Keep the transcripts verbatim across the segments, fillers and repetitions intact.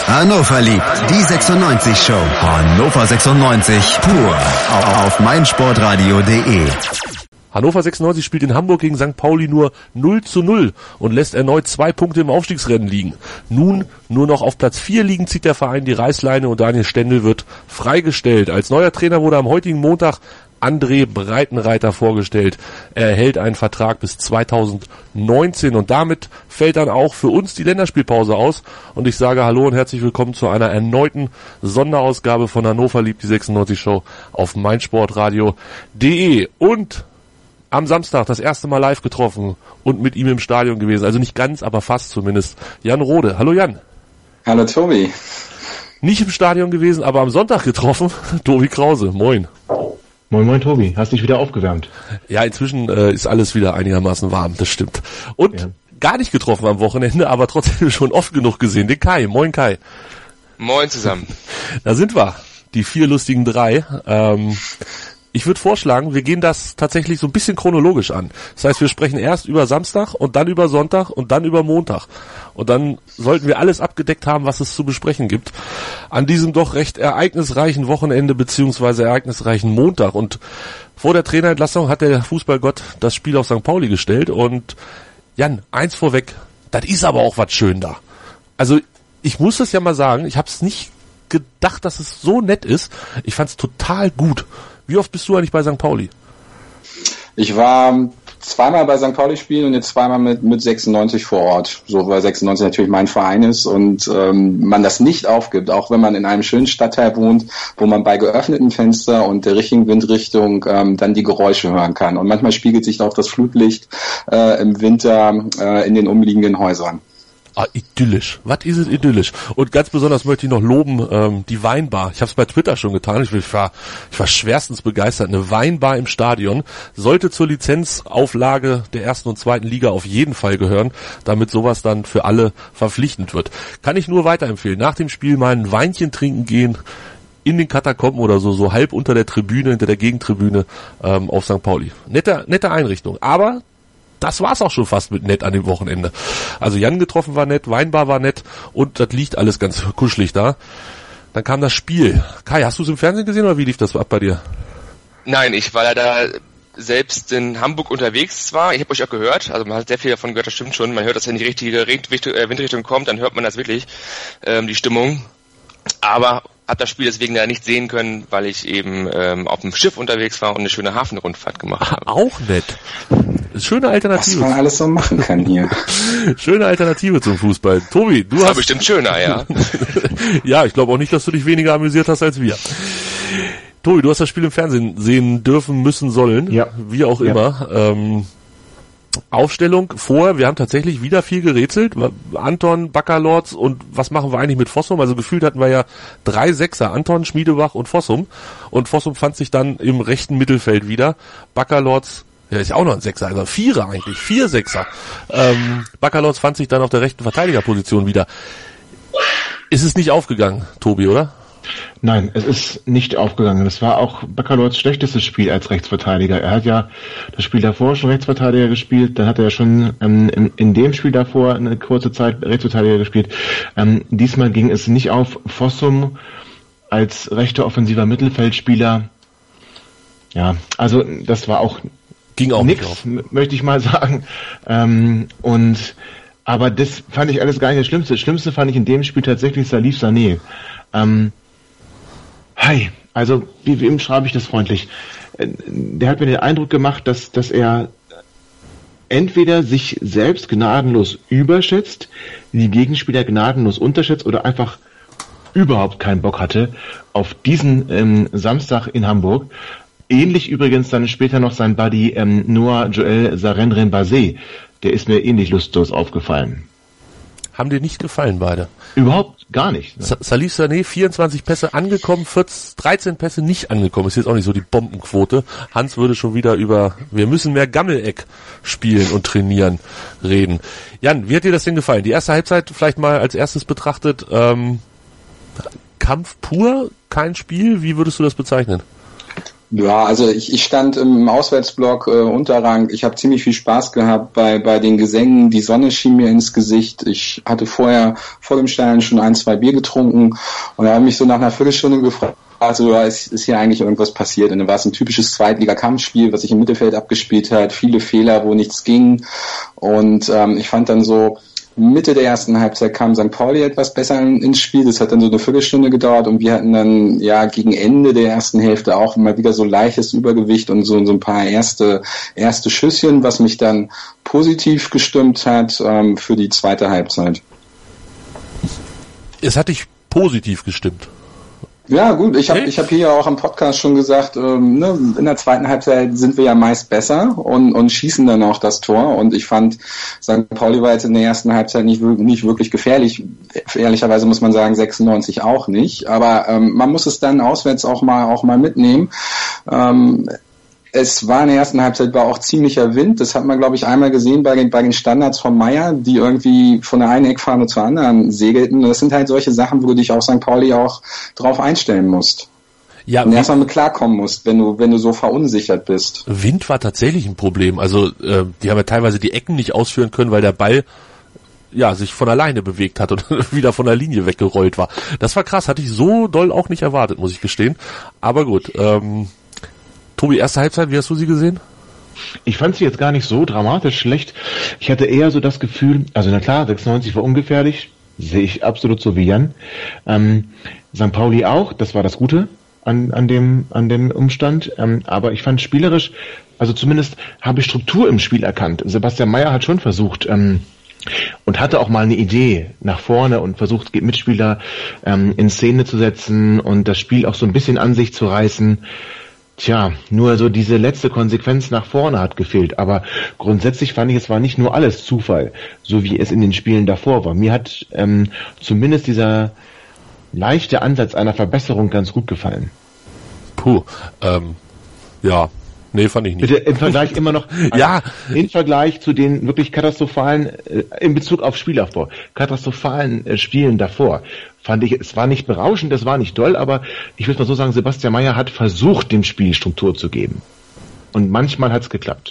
Hannover liebt die sechsundneunzig Show. Hannover sechsundneunzig pur auf meinsportradio punkt de. Hannover sechsundneunzig spielt in Hamburg gegen Sankt Pauli nur null zu null und lässt erneut zwei Punkte im Aufstiegsrennen liegen. Nun nur noch auf Platz vier liegen, zieht der Verein die Reißleine und Daniel Stendel wird freigestellt. Als neuer Trainer wurde am heutigen Montag André Breitenreiter vorgestellt. Er erhält einen Vertrag bis zweitausendneunzehn und damit fällt dann auch für uns die Länderspielpause aus. Und ich sage Hallo und herzlich willkommen zu einer erneuten Sonderausgabe von Hannover liebt die sechsundneunzig Show auf meinsportradio punkt de. Und am Samstag das erste Mal live getroffen und mit ihm im Stadion gewesen. Also nicht ganz, aber fast zumindest. Jan Rode. Hallo Jan. Hallo Tobi. Nicht im Stadion gewesen, aber am Sonntag getroffen. Tobi Krause. Moin. Moin Moin Tobi. Hast dich wieder aufgewärmt? Ja, inzwischen äh, ist alles wieder einigermaßen warm. Das stimmt. Und ja. Gar nicht getroffen am Wochenende, aber trotzdem schon oft genug gesehen. Den Kai. Moin Kai. Moin zusammen. Da sind wir. Die vier lustigen drei. Ähm... Ich würde vorschlagen, wir gehen das tatsächlich so ein bisschen chronologisch an. Das heißt, wir sprechen erst über Samstag und dann über Sonntag und dann über Montag. Und dann sollten wir alles abgedeckt haben, was es zu besprechen gibt. An diesem doch recht ereignisreichen Wochenende beziehungsweise ereignisreichen Montag. Und vor der Trainerentlassung hat der Fußballgott das Spiel auf Sankt Pauli gestellt. Und Jan, eins vorweg, das ist aber auch was schön da. Also ich muss das ja mal sagen, ich habe es nicht gedacht, dass es so nett ist. Ich fand es total gut. Wie oft bist du eigentlich bei Sankt Pauli? Ich war zweimal bei Sankt Pauli spielen und jetzt zweimal mit mit sechsundneunzig vor Ort. So, weil sechsundneunzig natürlich mein Verein ist und ähm, man das nicht aufgibt, auch wenn man in einem schönen Stadtteil wohnt, wo man bei geöffnetem Fenster und der richtigen Windrichtung ähm, dann die Geräusche hören kann. Und manchmal spiegelt sich auch das Flutlicht äh, im Winter äh, in den umliegenden Häusern. Ah, idyllisch. Was ist es idyllisch? Und ganz besonders möchte ich noch loben, ähm, die Weinbar. Ich habe es bei Twitter schon getan. Ich, ich, war, ich war schwerstens begeistert. Eine Weinbar im Stadion sollte zur Lizenzauflage der ersten und zweiten Liga auf jeden Fall gehören, damit sowas dann für alle verpflichtend wird. Kann ich nur weiterempfehlen. Nach dem Spiel mal ein Weinchen trinken gehen, in den Katakomben oder so, so halb unter der Tribüne, hinter der Gegentribüne ähm, auf Sankt Pauli. Nette, nette Einrichtung. Aber das war's auch schon fast mit nett an dem Wochenende. Also Jan getroffen war nett, Weinbar war nett und das liegt alles ganz kuschelig da. Dann kam das Spiel. Kai, hast du es im Fernsehen gesehen oder wie lief das ab bei dir? Nein, ich war leider selbst in Hamburg unterwegs zwar. Ich habe euch auch gehört, also man hat sehr viel davon gehört, das stimmt schon. Man hört, dass er in die richtige Windrichtung kommt, dann hört man das wirklich, ähm, die Stimmung. Aber habe das Spiel deswegen ja nicht sehen können, weil ich eben ähm, auf dem Schiff unterwegs war und eine schöne Hafenrundfahrt gemacht habe. Auch nett. Schöne Alternative. Was man alles so machen kann hier. Schöne Alternative zum Fußball. Tobi, du das hast... war bestimmt schöner, ja. Ja, ich glaube auch nicht, dass du dich weniger amüsiert hast als wir. Tobi, du hast das Spiel im Fernsehen sehen dürfen, müssen, sollen. Ja. Wie auch ja. immer. Ähm, Aufstellung vorher, wir haben tatsächlich wieder viel gerätselt. Anton, Baccalords und was machen wir eigentlich mit Fossum? Also gefühlt hatten wir ja drei Sechser, Anton, Schmiedebach und Fossum. Und Fossum fand sich dann im rechten Mittelfeld wieder. Baccalords, ja, ist ja auch noch ein Sechser, also Vierer eigentlich, vier Sechser. Ähm, Baccalords fand sich dann auf der rechten Verteidigerposition wieder. Ist es nicht aufgegangen, Tobi, oder? Nein, es ist nicht aufgegangen. Das war auch Baccalords schlechtestes Spiel als Rechtsverteidiger. Er hat ja das Spiel davor schon Rechtsverteidiger gespielt, dann hat er ja schon ähm, in, in dem Spiel davor eine kurze Zeit Rechtsverteidiger gespielt. Ähm, diesmal ging es nicht auf. Fossum als rechter offensiver Mittelfeldspieler. Ja, also das war auch ging auch nix, nicht auf. m- möchte ich mal sagen. Ähm, und aber das fand ich alles gar nicht das Schlimmste. Das Schlimmste fand ich in dem Spiel tatsächlich Salif Sané. Ähm, Hi, also wie, wie schreibe ich das freundlich? Der hat mir den Eindruck gemacht, dass, dass er entweder sich selbst gnadenlos überschätzt, die Gegenspieler gnadenlos unterschätzt oder einfach überhaupt keinen Bock hatte auf diesen ähm, Samstag in Hamburg. Ähnlich übrigens dann später noch sein Buddy ähm, Noah Joel Sarendren-Basé. Der ist mir ähnlich lustlos aufgefallen. Haben dir nicht gefallen, beide? Überhaupt gar nicht. Ne? Sa- Salif Sané, vierundzwanzig Pässe angekommen, vierzehn, dreizehn Pässe nicht angekommen. Ist jetzt auch nicht so die Bombenquote. Hans würde schon wieder über, wir müssen mehr Gammeleck spielen und trainieren, reden. Jan, wie hat dir das denn gefallen? Die erste Halbzeit vielleicht mal als erstes betrachtet. Ähm, Kampf pur, kein Spiel. Wie würdest du das bezeichnen? Ja, also ich, ich stand im Auswärtsblock äh, Unterrang. Ich habe ziemlich viel Spaß gehabt bei bei den Gesängen. Die Sonne schien mir ins Gesicht. Ich hatte vorher vor dem Stadion schon ein, zwei Bier getrunken und habe mich so nach einer Viertelstunde gefragt, also ist, ist hier eigentlich irgendwas passiert? Und dann war es ein typisches Zweitliga-Kampfspiel, was sich im Mittelfeld abgespielt hat. Viele Fehler, wo nichts ging. Und ähm, ich fand dann so, Mitte der ersten Halbzeit kam Sankt Pauli etwas besser ins Spiel. Das hat dann so eine Viertelstunde gedauert und wir hatten dann ja gegen Ende der ersten Hälfte auch mal wieder so leichtes Übergewicht und so, so ein paar erste erste Schüsschen, was mich dann positiv gestimmt hat ähm, für die zweite Halbzeit. Es hat dich positiv gestimmt. Ja gut, ich habe ich hab hier ja auch am Podcast schon gesagt, ähm, ne, in der zweiten Halbzeit sind wir ja meist besser und, und schießen dann auch das Tor und ich fand, Sankt Pauli war jetzt in der ersten Halbzeit nicht, nicht wirklich gefährlich, ehrlicherweise muss man sagen sechsundneunzig auch nicht, aber ähm, man muss es dann auswärts auch mal auch mal mitnehmen. Ähm, Es war in der ersten Halbzeit war auch ziemlicher Wind. Das hat man, glaube ich, einmal gesehen bei den, bei den Standards von Meier, die irgendwie von der einen Eckfahne zur anderen segelten. Das sind halt solche Sachen, wo du dich auch Sankt Pauli auch drauf einstellen musst. Ja, und erstmal mit klarkommen musst, wenn du wenn du so verunsichert bist. Wind war tatsächlich ein Problem. Also äh, die haben ja teilweise die Ecken nicht ausführen können, weil der Ball ja sich von alleine bewegt hat und wieder von der Linie weggerollt war. Das war krass, hatte ich so doll auch nicht erwartet, muss ich gestehen. Aber gut, ähm, Tobi, erste Halbzeit, wie hast du sie gesehen? Ich fand sie jetzt gar nicht so dramatisch schlecht. Ich hatte eher so das Gefühl, also na klar, sechsundneunzig war ungefährlich, sehe ich absolut so wie Jan. Ähm, Sankt Pauli auch, das war das Gute an, an dem, an dem Umstand. Ähm, aber ich fand spielerisch, also zumindest habe ich Struktur im Spiel erkannt. Sebastian Meier hat schon versucht, ähm, und hatte auch mal eine Idee nach vorne und versucht, Mitspieler ähm, in Szene zu setzen und das Spiel auch so ein bisschen an sich zu reißen. Tja, nur so diese letzte Konsequenz nach vorne hat gefehlt. Aber grundsätzlich fand ich, es war nicht nur alles Zufall, so wie es in den Spielen davor war. Mir hat ähm, zumindest dieser leichte Ansatz einer Verbesserung ganz gut gefallen. Puh, ähm, ja, nee, fand ich nicht. Bitte im Vergleich immer noch, ja, im Vergleich zu den wirklich katastrophalen, äh, in Bezug auf Spielaufbau, katastrophalen äh, Spielen davor, fand ich, es war nicht berauschend, es war nicht doll, aber ich würde mal so sagen, Sebastian Meier hat versucht, dem Spiel Struktur zu geben. Und manchmal hat es geklappt.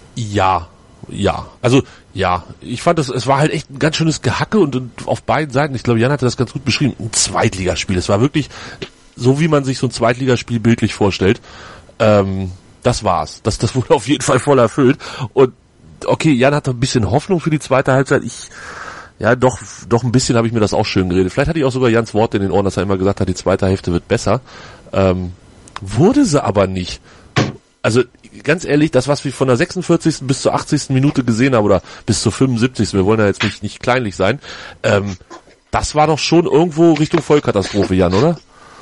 Ja, ja, also ja, ich fand das, es war halt echt ein ganz schönes Gehacke und, und auf beiden Seiten, ich glaube, Jan hatte das ganz gut beschrieben, ein Zweitligaspiel. Es war wirklich so, wie man sich so ein Zweitligaspiel bildlich vorstellt. Ähm, das war's. Das, das wurde auf jeden Fall voll erfüllt. Und okay, Jan hatte ein bisschen Hoffnung für die zweite Halbzeit. Ich, ja, doch, doch ein bisschen habe ich mir das auch schön geredet. Vielleicht hatte ich auch sogar Jans Wort in den Ohren, dass er immer gesagt hat, die zweite Hälfte wird besser. Ähm, wurde sie aber nicht. Also ganz ehrlich, das, was wir von der sechsundvierzigsten bis zur achtzigsten Minute gesehen haben, oder bis zur fünfundsiebzigsten wir wollen ja jetzt nicht, nicht kleinlich sein, ähm, das war doch schon irgendwo Richtung Vollkatastrophe, Jan, oder?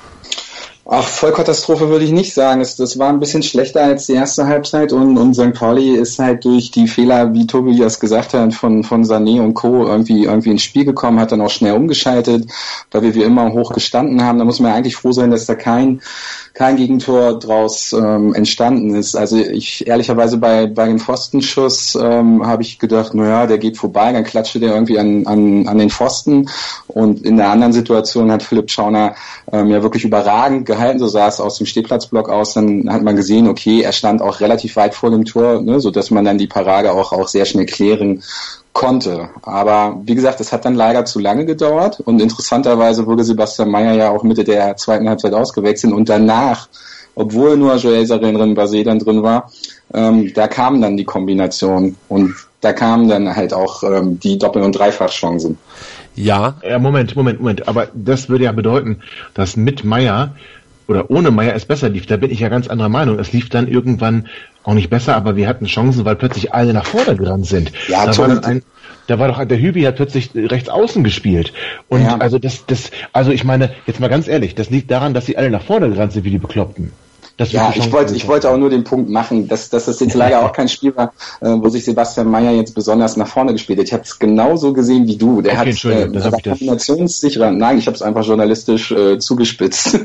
Ach, Vollkatastrophe würde ich nicht sagen. Es, das war ein bisschen schlechter als die erste Halbzeit und, und Sankt Pauli ist halt durch die Fehler, wie Tobi das gesagt hat, von, von Sané und Co. irgendwie, irgendwie ins Spiel gekommen, hat dann auch schnell umgeschaltet, weil wir wie immer hoch gestanden haben. Da muss man eigentlich froh sein, dass da kein, kein Gegentor draus ähm, entstanden ist. Also ich, ehrlicherweise bei, bei dem Pfostenschuss ähm, habe ich gedacht, naja, der geht vorbei, dann klatschte der irgendwie an, an, an den Pfosten und in der anderen Situation hat Philipp Schauner ähm, ja wirklich überragend gehalten, so sah es aus dem Stehplatzblock aus, dann hat man gesehen, okay, er stand auch relativ weit vor dem Tor, ne, so dass man dann die Parade auch, auch sehr schnell klären konnte. Aber wie gesagt, es hat dann leider zu lange gedauert und interessanterweise wurde Sebastian Meier ja auch Mitte der zweiten Halbzeit ausgewechselt und danach, obwohl nur Joel Sarin-Basé dann drin war, ähm, da kamen dann die Kombinationen und da kamen dann halt auch ähm, die Doppel- und Dreifachchancen. Ja. Ja, Moment, Moment, Moment. Aber das würde ja bedeuten, dass mit Meier oder ohne Meier es besser lief. Da bin ich ja ganz anderer Meinung. Es lief dann irgendwann auch nicht besser, aber wir hatten Chancen, weil plötzlich alle nach vorne gerannt sind. Ja, da war dann ein, da war doch, der Hübi hat plötzlich rechts außen gespielt. Und ja. also das, das, also ich meine, jetzt mal ganz ehrlich, das liegt daran, dass sie alle nach vorne gerannt sind wie die Bekloppten. Das ja, ich wollte, ich wollte auch nur den Punkt machen, dass, dass das jetzt leider auch kein Spiel war, äh, wo sich Sebastian Meier jetzt besonders nach vorne gespielt hat. Ich habe es genauso gesehen wie du. Der okay, hat äh, das war kombinationssicherer. Nein, ich habe es einfach journalistisch äh, zugespitzt.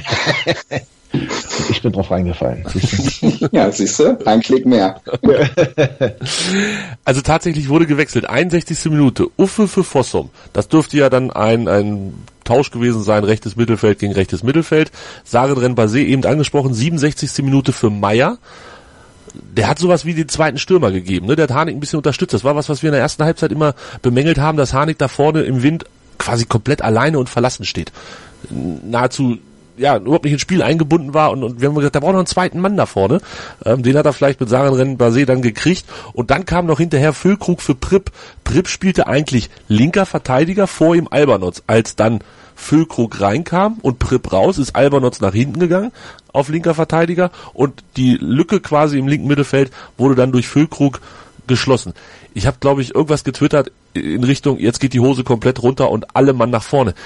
Ich bin drauf reingefallen. Ja, siehst du, ein Klick mehr. Also tatsächlich wurde gewechselt. einundsechzigste Minute. Uffe für Fossum. Das dürfte ja dann ein, ein Tausch gewesen sein, rechtes Mittelfeld gegen rechtes Mittelfeld. Sarenren Basé eben angesprochen, siebenundsechzigste Minute für Meier. Der hat sowas wie den zweiten Stürmer gegeben, ne? Der hat Harnik ein bisschen unterstützt. Das war was, was wir in der ersten Halbzeit immer bemängelt haben, dass Harnik da vorne im Wind quasi komplett alleine und verlassen steht. Nahezu ja, überhaupt nicht ins Spiel eingebunden war und, und wir haben gesagt, da braucht noch einen zweiten Mann da vorne. Ähm, den hat er vielleicht mit Sarenren Basé dann gekriegt und dann kam noch hinterher Füllkrug für Pripp. Pripp spielte eigentlich linker Verteidiger, vor ihm Albanotz. Als dann Füllkrug reinkam und Pripp raus, ist Albanotz nach hinten gegangen auf linker Verteidiger und die Lücke quasi im linken Mittelfeld wurde dann durch Füllkrug geschlossen. Ich habe, glaube ich, irgendwas getwittert in Richtung, jetzt geht die Hose komplett runter und alle Mann nach vorne.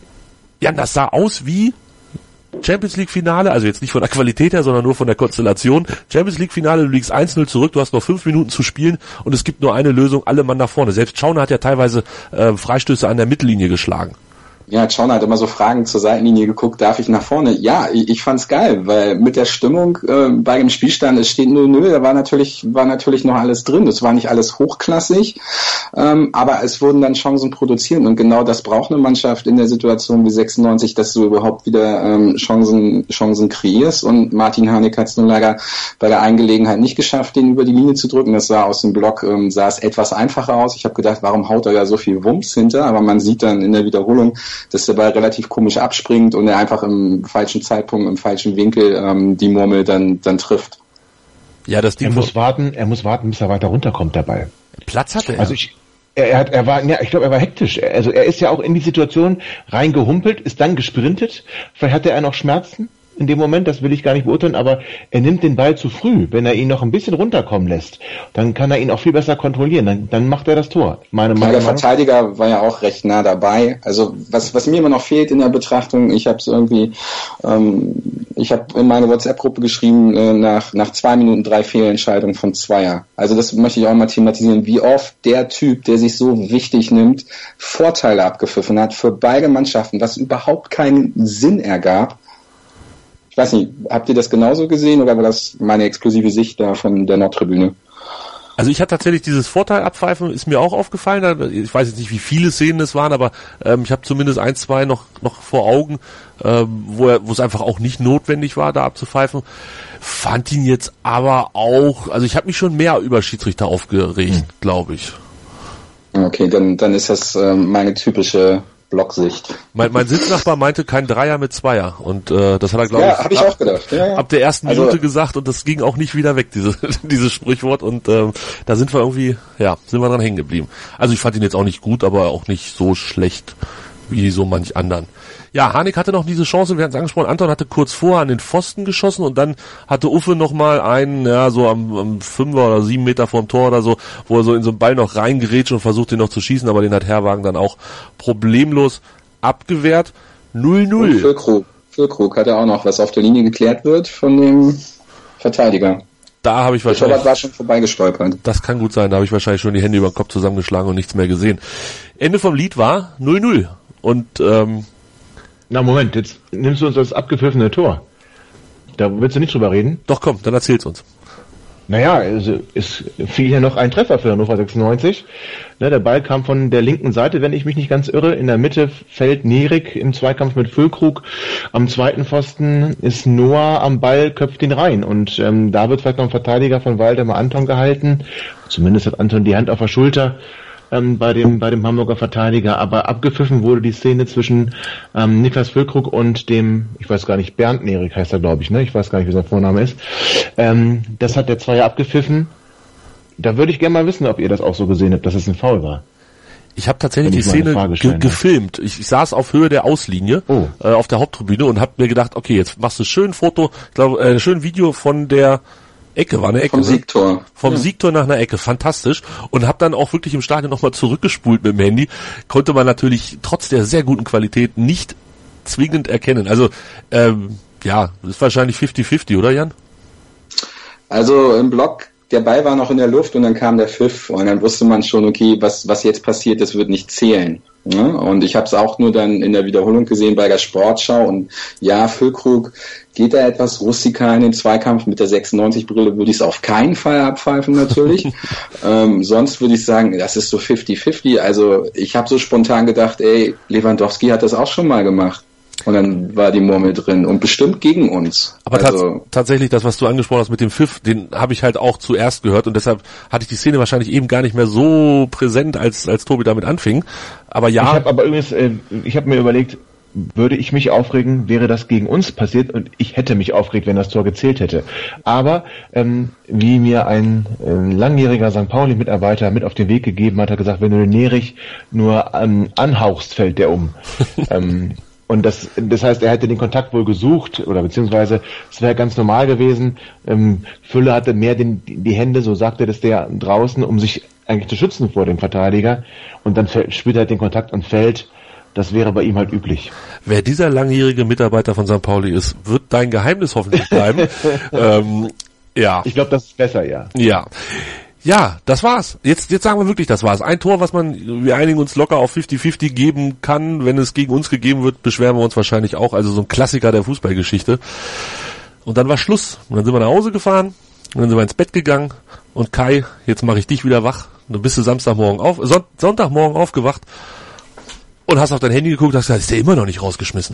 Ja, das sah aus wie Champions League Finale, also jetzt nicht von der Qualität her, sondern nur von der Konstellation. Champions League Finale, du liegst eins null zurück, du hast noch fünf Minuten zu spielen und es gibt nur eine Lösung, alle Mann nach vorne. Selbst Schauner hat ja teilweise äh, Freistöße an der Mittellinie geschlagen. Ja, Schauner hat immer so Fragen zur Seitenlinie geguckt, darf ich nach vorne? Ja, ich, ich fand's geil, weil mit der Stimmung äh, bei dem Spielstand, es steht null null, da war natürlich war natürlich noch alles drin. Das war nicht alles hochklassig, ähm, aber es wurden dann Chancen produziert und genau das braucht eine Mannschaft in der Situation wie sechsundneunzig, dass du überhaupt wieder ähm, Chancen Chancen kreierst und Martin Harnik hat es nun leider bei der einen Gelegenheit nicht geschafft, den über die Linie zu drücken. Das sah aus dem Block, ähm, sah es etwas einfacher aus. Ich habe gedacht, warum haut er da so viel Wumms hinter? Aber man sieht dann in der Wiederholung, dass der Ball relativ komisch abspringt und er einfach im falschen Zeitpunkt, im falschen Winkel ähm, die Murmel dann dann trifft. Ja, das Ding er muss warten, er muss warten, bis er weiter runterkommt dabei. Platz hatte er. Also ich, er, er hat, er war, ja, ich glaube, er war hektisch. Also er ist ja auch in die Situation reingehumpelt, ist dann gesprintet. Vielleicht hatte er noch Schmerzen in dem Moment, das will ich gar nicht beurteilen, aber er nimmt den Ball zu früh. Wenn er ihn noch ein bisschen runterkommen lässt, dann kann er ihn auch viel besser kontrollieren. Dann, dann macht er das Tor. Meine, meine ja, der Verteidiger war ja auch recht nah dabei. Also was, was mir immer noch fehlt in der Betrachtung, ich habe es irgendwie, ähm, ich habe in meine WhatsApp-Gruppe geschrieben, äh, nach nach zwei Minuten drei Fehlentscheidungen von Zweier. Also das möchte ich auch mal thematisieren, wie oft der Typ, der sich so wichtig nimmt, Vorteile abgepfiffen hat für beide Mannschaften, was überhaupt keinen Sinn ergab. Ich weiß nicht, habt ihr das genauso gesehen oder war das meine exklusive Sicht da von der Nordtribüne? Also ich hatte tatsächlich dieses Vorteil abpfeifen, ist mir auch aufgefallen. Ich weiß jetzt nicht, wie viele Szenen es waren, aber ähm, ich habe zumindest ein, zwei noch noch vor Augen, ähm, wo er, wo es einfach auch nicht notwendig war, da abzupfeifen. Fand ihn jetzt aber auch, also ich habe mich schon mehr über Schiedsrichter aufgeregt, hm. glaube ich. Okay, dann dann ist das ähm, meine typische Blocksicht. Mein, mein Sitznachbar meinte kein Dreier mit Zweier und äh, das hat er, glaube ja, ich, hab ich ab, auch gedacht. Ja, ja. ab der ersten also, Minute gesagt und das ging auch nicht wieder weg, diese, dieses Sprichwort und ähm, da sind wir irgendwie, ja, sind wir dran hängen geblieben. Also ich fand ihn jetzt auch nicht gut, aber auch nicht so schlecht wie so manch anderen. Ja, Harnik hatte noch diese Chance, wir hatten es angesprochen, Anton hatte kurz vorher an den Pfosten geschossen und dann hatte Uffe nochmal einen, ja, so am, am Fünfer oder sieben Meter vorm Tor oder so, wo er so in so einen Ball noch reingerätscht und versucht, den noch zu schießen, aber den hat Herrwagen dann auch problemlos abgewehrt. null null. Füllkrug. Füllkrug hatte auch noch, was auf der Linie geklärt wird von dem Verteidiger. Da habe ich wahrscheinlich... Der war schon vorbeigestolpert. Das kann gut sein, da habe ich wahrscheinlich schon die Hände über den Kopf zusammengeschlagen und nichts mehr gesehen. Ende vom Lied war null null. Und, ähm... Na Moment, jetzt nimmst du uns das abgepfiffene Tor. Da willst du nicht drüber reden? Doch komm, dann erzähl's uns. Naja, also es fiel ja noch ein Treffer für Hannover sechsundneunzig. Ne, der Ball kam von der linken Seite, wenn ich mich nicht ganz irre. In der Mitte fällt Nierik im Zweikampf mit Füllkrug. Am zweiten Pfosten ist Noah am Ball, köpft ihn rein. Und ähm, da wird vielleicht noch ein Verteidiger von Waldemar Anton gehalten. Zumindest hat Anton die Hand auf der Schulter ähm, bei dem bei dem Hamburger Verteidiger. Aber abgepfiffen wurde die Szene zwischen ähm, Niklas Füllkrug und dem, ich weiß gar nicht, Bernd Nierik heißt er, glaube ich. Ne, ich weiß gar nicht, wie sein Vorname ist. Ähm, das hat der Zweier abgepfiffen. Da würde ich gerne mal wissen, ob ihr das auch so gesehen habt, dass es ein Foul war. Ich habe tatsächlich die Szene ge- gefilmt. Ich, ich saß auf Höhe der Auslinie oh. äh, auf der Haupttribüne und habe mir gedacht, okay, jetzt machst du schön Foto, ich glaube, äh, schön Video von der Ecke, war eine Ecke. Vom Siegtor. Vom ja. Siegtor nach einer Ecke, fantastisch. Und habe dann auch wirklich im Stadion nochmal zurückgespult mit dem Handy. Konnte man natürlich trotz der sehr guten Qualität nicht zwingend erkennen. Also, ähm, ja, ist wahrscheinlich fifty fifty, oder Jan? Also im Block der Ball war noch in der Luft und dann kam der Pfiff und dann wusste man schon, okay, was, was jetzt passiert, das wird nicht zählen. Ja, und ich habe es auch nur dann in der Wiederholung gesehen bei der Sportschau und ja, Füllkrug geht da etwas rustikal in den Zweikampf. Mit der sechsundneunzig-Brille würde ich es auf keinen Fall abpfeifen natürlich. ähm, sonst würde ich sagen, das ist so fünfzig fünfzig. Also ich habe so spontan gedacht, ey, Lewandowski hat das auch schon mal gemacht. Und dann war die Murmel drin und bestimmt gegen uns. Aber also, tats- tatsächlich, das, was du angesprochen hast mit dem Pfiff, den habe ich halt auch zuerst gehört und deshalb hatte ich die Szene wahrscheinlich eben gar nicht mehr so präsent, als als Tobi damit anfing. Aber ja. Ich habe aber übrigens, äh, ich habe mir überlegt, würde ich mich aufregen, wäre das gegen uns passiert und ich hätte mich aufgeregt, wenn das Tor gezählt hätte. Aber ähm, wie mir ein äh, langjähriger Sankt Pauli-Mitarbeiter mit auf den Weg gegeben hat, hat er gesagt, wenn du den Nerich nur ähm, anhauchst, fällt der um. ähm, Und das, das heißt, er hätte den Kontakt wohl gesucht, oder beziehungsweise es wäre ganz normal gewesen. Ähm, Fülle hatte mehr den, die Hände, so sagte das der draußen, um sich eigentlich zu schützen vor dem Verteidiger. Und dann fällt, spielt er halt den Kontakt und fällt. Das wäre bei ihm halt üblich. Wer dieser langjährige Mitarbeiter von Sankt Pauli ist, wird dein Geheimnis hoffentlich bleiben. ähm, ja. Ich glaube, das ist besser, ja. Ja. Ja, das war's. Jetzt, jetzt sagen wir wirklich, das war's. Ein Tor, was man, wir einigen uns locker auf fünfzig fünfzig geben kann. Wenn es gegen uns gegeben wird, beschweren wir uns wahrscheinlich auch. Also so ein Klassiker der Fußballgeschichte. Und dann war Schluss. Und dann sind wir nach Hause gefahren. Und dann sind wir ins Bett gegangen. Und Kai, jetzt mache ich dich wieder wach. Dann bist du Samstagmorgen auf, Son- Sonntagmorgen aufgewacht. Und hast auf dein Handy geguckt und hast gesagt, ist der immer noch nicht rausgeschmissen?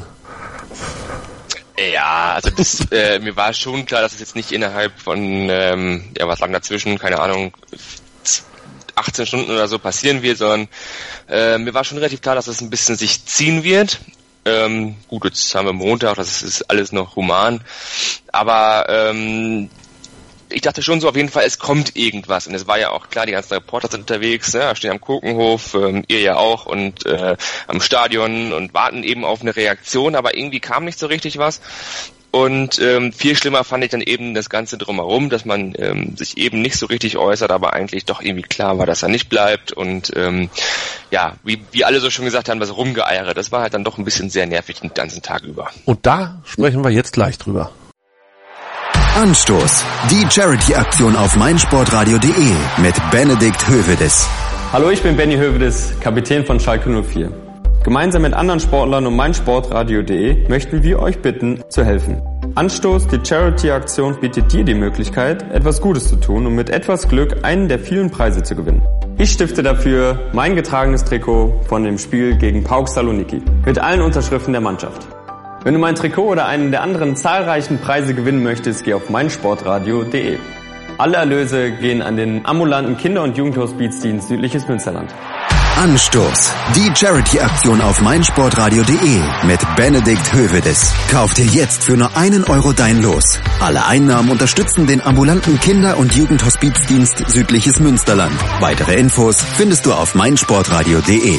Ja, also das, äh, mir war schon klar, dass es jetzt nicht innerhalb von, ähm, ja, was lang dazwischen, keine Ahnung, achtzehn Stunden oder so passieren wird, sondern äh, mir war schon relativ klar, dass es ein bisschen sich ziehen wird. Ähm, gut, jetzt haben wir Montag, das ist alles noch human, aber ähm, ich dachte schon so auf jeden Fall, es kommt irgendwas. Und es war ja auch klar, die ganzen Reporter sind unterwegs, ja, stehen am Kokenhof, ähm, ihr ja auch, und äh, am Stadion und warten eben auf eine Reaktion, aber irgendwie kam nicht so richtig was. Und ähm, viel schlimmer fand ich dann eben das Ganze drumherum, dass man ähm, sich eben nicht so richtig äußert, aber eigentlich doch irgendwie klar war, dass er nicht bleibt. Und ähm, ja, wie, wie alle so schon gesagt haben, das Rumgeeiere, das war halt dann doch ein bisschen sehr nervig den ganzen Tag über. Und da sprechen wir jetzt gleich drüber. Anstoß. Die Charity-Aktion auf meinsportradio punkt de mit Benedikt Hövedes. Hallo, ich bin Benny Hövedes, Kapitän von Schalke null vier. Gemeinsam mit anderen Sportlern und meinsportradio punkt de möchten wir euch bitten, zu helfen. Anstoß, die Charity-Aktion bietet dir die Möglichkeit, etwas Gutes zu tun und mit etwas Glück einen der vielen Preise zu gewinnen. Ich stifte dafür mein getragenes Trikot von dem Spiel gegen PAOK Saloniki mit allen Unterschriften der Mannschaft. Wenn du mein Trikot oder einen der anderen zahlreichen Preise gewinnen möchtest, geh auf meinsportradio punkt de. Alle Erlöse gehen an den ambulanten Kinder- und Jugendhospizdienst Südliches Münsterland. Anstoß. Die Charity-Aktion auf meinsportradio punkt de mit Benedikt Hövedes. Kauf dir jetzt für nur einen Euro dein Los. Alle Einnahmen unterstützen den ambulanten Kinder- und Jugendhospizdienst Südliches Münsterland. Weitere Infos findest du auf meinsportradio punkt de.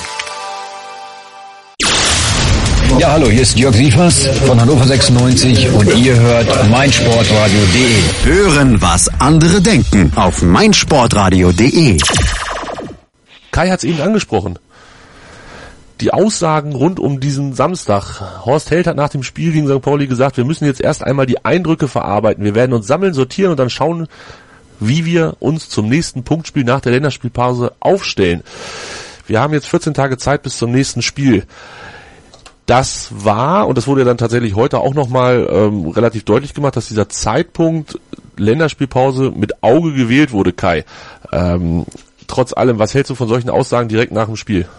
Ja, hallo, hier ist Jörg Sievers von Hannover sechsundneunzig und ihr hört meinsportradio punkt de. Hören, was andere denken auf meinsportradio punkt de. Kai hat es eben angesprochen. Die Aussagen rund um diesen Samstag. Horst Held hat nach dem Spiel gegen Sankt Pauli gesagt, wir müssen jetzt erst einmal die Eindrücke verarbeiten. Wir werden uns sammeln, sortieren und dann schauen, wie wir uns zum nächsten Punktspiel nach der Länderspielpause aufstellen. Wir haben jetzt vierzehn Tage Zeit bis zum nächsten Spiel. Das war, und das wurde ja dann tatsächlich heute auch nochmal ähm, relativ deutlich gemacht, dass dieser Zeitpunkt Länderspielpause mit Auge gewählt wurde, Kai. Ähm, trotz allem, was hältst du von solchen Aussagen direkt nach dem Spiel?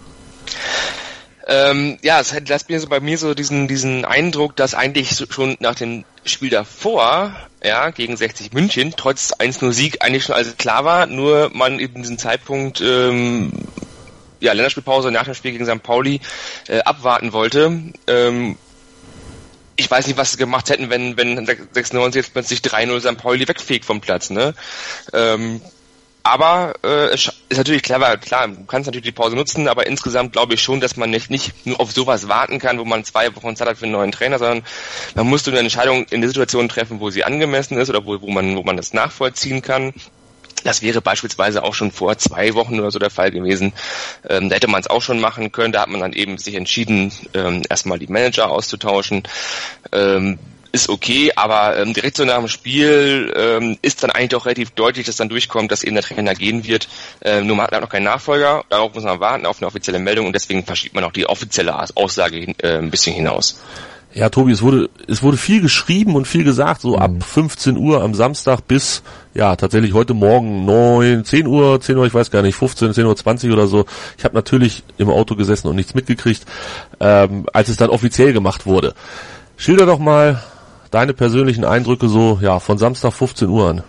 Ähm, ja, es lässt mir so bei mir so diesen diesen Eindruck, dass eigentlich so, schon nach dem Spiel davor, ja, gegen sechzig München, trotz eins null Sieg eigentlich schon alles klar war, nur man eben diesen Zeitpunkt ähm, ja, Länderspielpause nach dem Spiel gegen Sankt Pauli äh, abwarten wollte. Ähm, ich weiß nicht, was sie gemacht hätten, wenn wenn sechsundneunzig jetzt plötzlich drei null Sankt Pauli wegfegt vom Platz, ne? Ähm, aber äh, es ist natürlich clever, klar, du kannst natürlich die Pause nutzen, aber insgesamt glaube ich schon, dass man nicht, nicht nur auf sowas warten kann, wo man zwei Wochen Zeit hat für einen neuen Trainer, sondern man muss eine Entscheidung in der Situation treffen, wo sie angemessen ist oder wo, wo man wo man das nachvollziehen kann. Das wäre beispielsweise auch schon vor zwei Wochen oder so der Fall gewesen. Ähm, da hätte man es auch schon machen können. Da hat man dann eben sich entschieden, ähm, erstmal die Manager auszutauschen. Ähm, ist okay, aber ähm, direkt so nach dem Spiel ähm, ist dann eigentlich doch relativ deutlich, dass dann durchkommt, dass eben der Trainer gehen wird. Ähm, nur man hat noch keinen Nachfolger, darauf muss man warten, auf eine offizielle Meldung und deswegen verschiebt man auch die offizielle Aussage hin, äh, ein bisschen hinaus. Ja, Tobi, es wurde, es wurde viel geschrieben und viel gesagt, so ab fünfzehn Uhr am Samstag bis, ja, tatsächlich heute Morgen neun, zehn Uhr, zehn Uhr, ich weiß gar nicht, fünfzehn, zehn Uhr zwanzig oder so. Ich habe natürlich im Auto gesessen und nichts mitgekriegt, ähm, als es dann offiziell gemacht wurde. Schilder doch mal deine persönlichen Eindrücke so, ja, von Samstag fünfzehn Uhr an.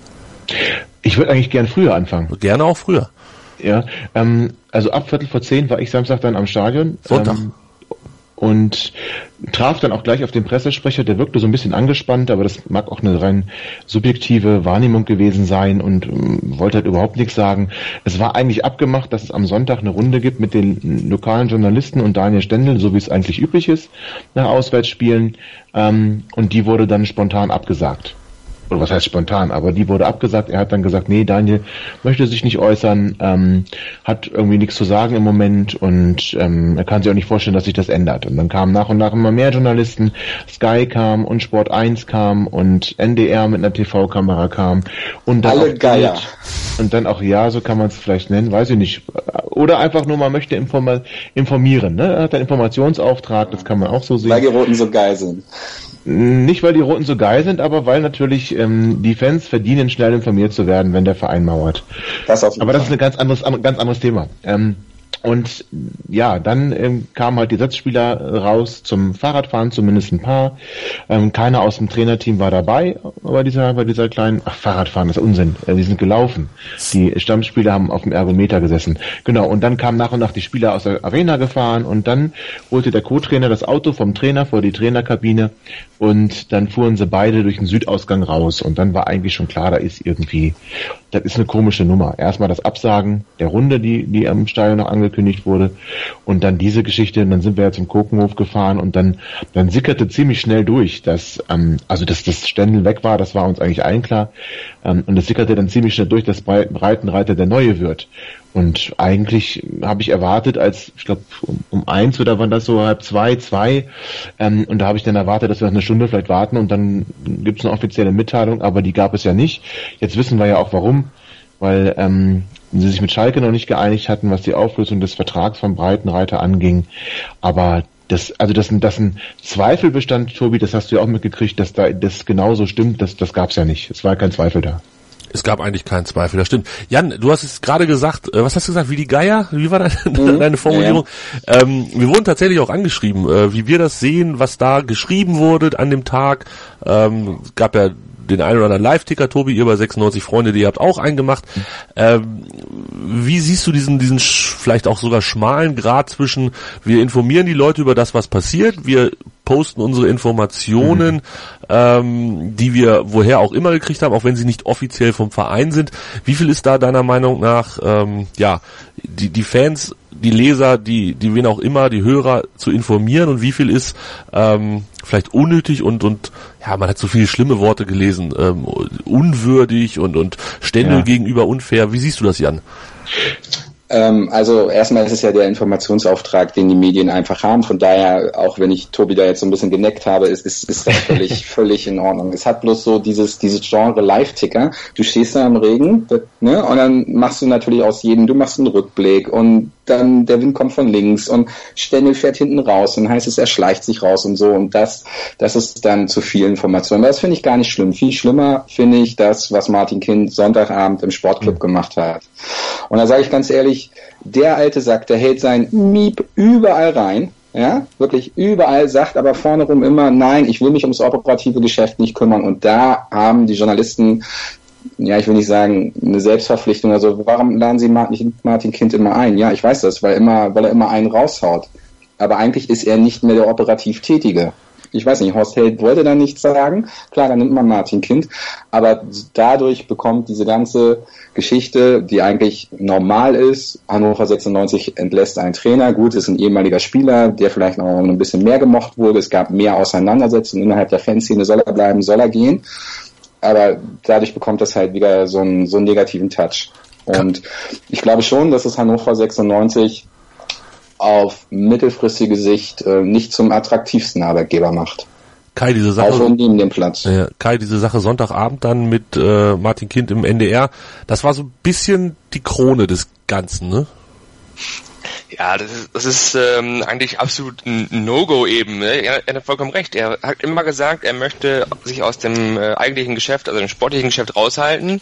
Ich würde eigentlich gern früher anfangen. Gerne auch früher. Ja, ähm, also ab Viertel vor zehn war ich Samstag dann am Stadion. Sonntag. Ähm, und traf dann auch gleich auf den Pressesprecher, der wirkte so ein bisschen angespannt, aber das mag auch eine rein subjektive Wahrnehmung gewesen sein und ähm, wollte halt überhaupt nichts sagen. Es war eigentlich abgemacht, dass es am Sonntag eine Runde gibt mit den lokalen Journalisten und Daniel Stendel, so wie es eigentlich üblich ist, nach Auswärtsspielen, ähm, und die wurde dann spontan abgesagt. Oder was heißt spontan, aber die wurde abgesagt. Er hat dann gesagt, nee, Daniel möchte sich nicht äußern, ähm, hat irgendwie nichts zu sagen im Moment und ähm, er kann sich auch nicht vorstellen, dass sich das ändert. Und dann kamen nach und nach immer mehr Journalisten. Sky kam und Sport eins kam und N D R mit einer T V-Kamera kam. Und dann Alle auch Geier. Und dann auch, ja, so kann man es vielleicht nennen, weiß ich nicht. Oder einfach nur, man möchte informa- informieren. Ne? Er hat einen Informationsauftrag, das kann man auch so sehen. Weil die Roten so geil sind. Nicht, weil die Roten so geil sind, aber weil natürlich ähm, die Fans verdienen, schnell informiert zu werden, wenn der Verein mauert. Das auf jeden aber das Fall. ist ein ganz anderes, ein ganz anderes Thema. Ähm, und ja, dann ähm, kamen halt die Ersatzspieler raus zum Fahrradfahren, zumindest ein paar. Ähm, keiner aus dem Trainerteam war dabei bei dieser, bei dieser kleinen, ach, Fahrradfahren, das ist Unsinn. Äh, die sind gelaufen. Die Stammspieler haben auf dem Ergometer gesessen. Genau, und dann kamen nach und nach die Spieler aus der Arena gefahren und dann holte der Co-Trainer das Auto vom Trainer vor die Trainerkabine und dann fuhren sie beide durch den Südausgang raus und dann war eigentlich schon klar, da ist irgendwie, das ist eine komische Nummer. Erstmal das Absagen der Runde, die, die am Stadion noch angekündigt wurde und dann diese Geschichte und dann sind wir ja zum Kokenhof gefahren und dann, dann sickerte ziemlich schnell durch, dass, ähm, also dass das Stendel weg war, das war uns eigentlich allen klar, ähm, und es sickerte dann ziemlich schnell durch, dass Breitenreiter der Neue wird. Und eigentlich habe ich erwartet, als, ich glaube, um, um eins oder wann das so, halb zwei, zwei, ähm, und da habe ich dann erwartet, dass wir eine Stunde vielleicht warten und dann gibt es eine offizielle Mitteilung, aber die gab es ja nicht. Jetzt wissen wir ja auch warum, weil ähm, sie sich mit Schalke noch nicht geeinigt hatten, was die Auflösung des Vertrags von Breitenreiter anging. Aber das, also dass, dass ein Zweifel bestand, Tobi, das hast du ja auch mitgekriegt, dass da das genauso stimmt, das, das gab es ja nicht. Es war kein Zweifel da. Es gab eigentlich keinen Zweifel, das stimmt. Jan, du hast es gerade gesagt, äh, was hast du gesagt, wie die Geier? Wie war deine, mhm. deine Formulierung? Ja, ja. Ähm, wir wurden tatsächlich auch angeschrieben, äh, wie wir das sehen, was da geschrieben wurde an dem Tag. Ähm, es gab ja den einen oder anderen Live-Ticker, Tobi, ihr bei sechsundneunzig Freunde, die ihr habt auch einen gemacht. Ähm, wie siehst du diesen, diesen sch- vielleicht auch sogar schmalen Grad zwischen, wir informieren die Leute über das, was passiert, wir posten unsere Informationen, mhm. ähm, die wir woher auch immer gekriegt haben, auch wenn sie nicht offiziell vom Verein sind. Wie viel ist da deiner Meinung nach, ähm, ja, die, die Fans, die Leser, die, die wen auch immer, die Hörer zu informieren und wie viel ist ähm, vielleicht unnötig und und ja, man hat so viele schlimme Worte gelesen, ähm, unwürdig und und Stendel ja. gegenüber unfair. Wie siehst du das, Jan? Ähm, also erstmal ist es ja der Informationsauftrag, den die Medien einfach haben. Von daher, auch wenn ich Tobi da jetzt so ein bisschen geneckt habe, ist, ist, ist das völlig, völlig in Ordnung. Es hat bloß so dieses, dieses Genre Live-Ticker. Du stehst da im Regen, ne, und dann machst du natürlich aus jedem, du machst einen Rückblick und dann der Wind kommt von links und Stendel fährt hinten raus und heißt es, er schleicht sich raus und so und das, das ist dann zu viel Information. Aber das finde ich gar nicht schlimm. Viel schlimmer finde ich das, was Martin Kind Sonntagabend im Sportclub mhm. gemacht hat. Und da sage ich ganz ehrlich, der alte Sack, der hält sein Miep überall rein, ja, wirklich überall, sagt aber vorne rum immer, nein, ich will mich ums operative Geschäft nicht kümmern und da haben die Journalisten, ja, ich will nicht sagen, eine Selbstverpflichtung, also warum laden sie Martin Kind immer ein? Ja, ich weiß das, weil immer, weil er immer einen raushaut. Aber eigentlich ist er nicht mehr der operativ Tätige. Ich weiß nicht, Horst Held wollte da nichts sagen. Klar, dann nimmt man Martin Kind. Aber dadurch bekommt diese ganze Geschichte, die eigentlich normal ist, Hannover sechsundneunzig entlässt einen Trainer. Gut, ist ein ehemaliger Spieler, der vielleicht noch ein bisschen mehr gemocht wurde. Es gab mehr Auseinandersetzungen innerhalb der Fanszene. Soll er bleiben, soll er gehen? Aber dadurch bekommt das halt wieder so einen, so einen negativen Touch. Und ich glaube schon, dass es Hannover sechsundneunzig auf mittelfristige Sicht äh, nicht zum attraktivsten Arbeitgeber macht. Kai, diese Sache, Auf und neben dem Platz. äh, Kai, diese Sache Sonntagabend dann mit äh, Martin Kind im N D R, das war so ein bisschen die Krone des Ganzen, ne? Ja, das ist, das ist ähm, eigentlich absolut ein No-Go eben. Ne? Er, er hat vollkommen recht. Er hat immer gesagt, er möchte sich aus dem äh, eigentlichen Geschäft, also dem sportlichen Geschäft raushalten.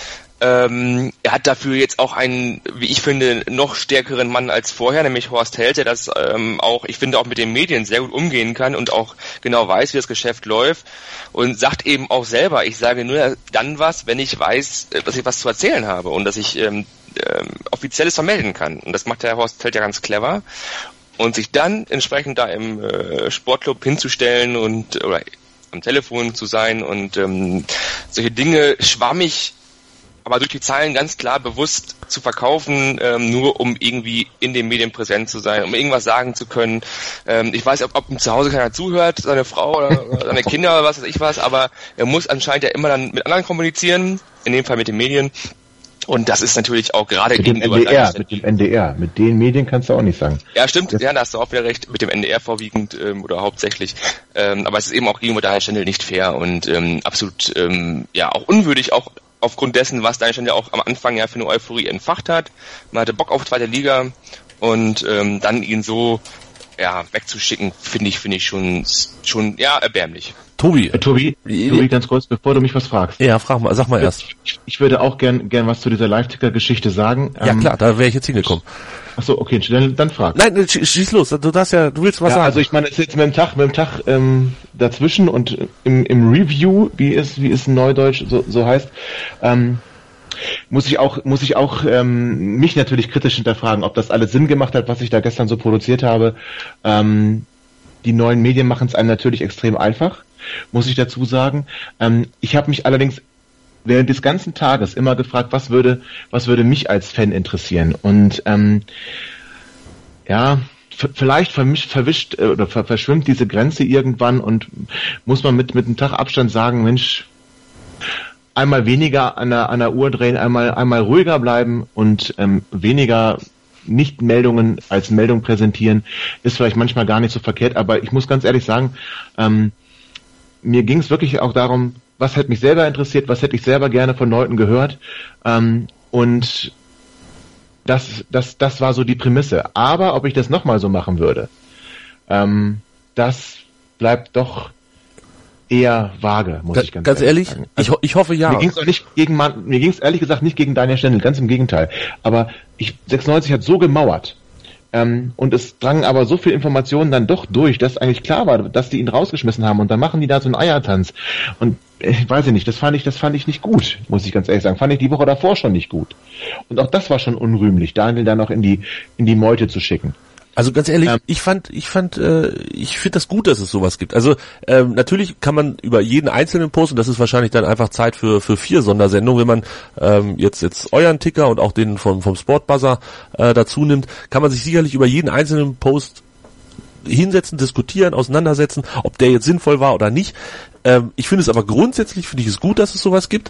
Ähm, er hat dafür jetzt auch einen, wie ich finde, noch stärkeren Mann als vorher, nämlich Horst Held, der das ähm, auch, ich finde, auch mit den Medien sehr gut umgehen kann und auch genau weiß, wie das Geschäft läuft und sagt eben auch selber, ich sage nur dann was, wenn ich weiß, dass ich was zu erzählen habe und dass ich ähm, ähm, Offizielles vermelden kann. Und das macht der Horst Held ja ganz clever. Und sich dann entsprechend da im äh, Sportclub hinzustellen und oder am Telefon zu sein und ähm, solche Dinge schwammig, aber durch die Zahlen ganz klar bewusst zu verkaufen, ähm, nur um irgendwie in den Medien präsent zu sein, um irgendwas sagen zu können. Ähm, ich weiß, ob, ob ihm zu Hause keiner zuhört, seine Frau oder, oder seine Kinder oder was weiß ich was, aber er muss anscheinend ja immer dann mit anderen kommunizieren, in dem Fall mit den Medien. Und das ist natürlich auch gerade mit dem N D R, mit dem N D R, mit den Medien kannst du auch nicht sagen. Ja, stimmt, ja, da hast du auch wieder recht, mit dem N D R vorwiegend ähm, oder hauptsächlich. Ähm, aber es ist eben auch gegenüber Daniel Stendel nicht fair und ähm, absolut ähm, ja auch unwürdig, auch aufgrund dessen, was Daniel Stendel auch am Anfang ja für eine Euphorie entfacht hat. Man hatte Bock auf zweite Liga und ähm, dann ihn so ja wegzuschicken, finde ich, finde ich schon schon ja erbärmlich. Tobi. Äh, Tobi, Tobi, ganz kurz, bevor du mich was fragst. Ja, frag mal, sag mal erst. Ich, ich würde auch gern, gern was zu dieser Live-Ticker-Geschichte sagen. Ja ähm, klar, da wäre ich jetzt hingekommen. Ach so, okay, dann, dann frag. Nein, schieß los, du darfst ja, du willst was ja, sagen. Also ich meine, es ist jetzt mit dem Tag, mit dem Tag ähm, dazwischen und im, im Review, wie es, wie es in Neudeutsch so, so heißt, ähm, muss ich auch, muss ich auch ähm, mich natürlich kritisch hinterfragen, ob das alles Sinn gemacht hat, was ich da gestern so produziert habe. Ähm, die neuen Medien machen es einem natürlich extrem einfach, muss ich dazu sagen. Ähm, ich habe mich allerdings während des ganzen Tages immer gefragt, was würde, was würde mich als Fan interessieren? Und ähm, ja, f- vielleicht vermischt, verwischt äh, oder ver- verschwimmt diese Grenze irgendwann und muss man mit mit einem Tag Abstand sagen, Mensch, einmal weniger an der, an der Uhr drehen, einmal einmal ruhiger bleiben und ähm, weniger Nicht-Meldungen als Meldung präsentieren, ist vielleicht manchmal gar nicht so verkehrt, aber ich muss ganz ehrlich sagen, ähm, mir ging es wirklich auch darum, was hätte mich selber interessiert, was hätte ich selber gerne von Leuten gehört, ähm, und das, das, das war so die Prämisse. Aber ob ich das nochmal so machen würde, ähm, das bleibt doch eher vage, muss Ga- ich ganz, ganz ehrlich, sagen. ich, ho- ich hoffe ja. Mir ging es auch nicht gegen Man- mir ging es ehrlich gesagt nicht gegen Daniel Stendel, ganz im Gegenteil. Aber ich, sechsundneunzig hat so gemauert. Ähm, und es drangen aber so viele Informationen dann doch durch, dass eigentlich klar war, dass die ihn rausgeschmissen haben und dann machen die da so einen Eiertanz. Und ich weiß nicht, das fand ich, das fand ich nicht gut, muss ich ganz ehrlich sagen. Fand ich die Woche davor schon nicht gut. Und auch das war schon unrühmlich, Daniel dann noch in die, in die Meute zu schicken. Also ganz ehrlich, Ähm, ich fand, ich fand, äh, ich finde das gut, dass es sowas gibt. Also ähm, natürlich kann man über jeden einzelnen Post, und das ist wahrscheinlich dann einfach Zeit für für vier Sondersendungen, wenn man ähm, jetzt jetzt euren Ticker und auch den vom vom Sportbuzzer äh, dazu nimmt, kann man sich sicherlich über jeden einzelnen Post hinsetzen, diskutieren, auseinandersetzen, ob der jetzt sinnvoll war oder nicht. Ähm, ich finde es aber grundsätzlich, finde ich es gut, dass es sowas gibt.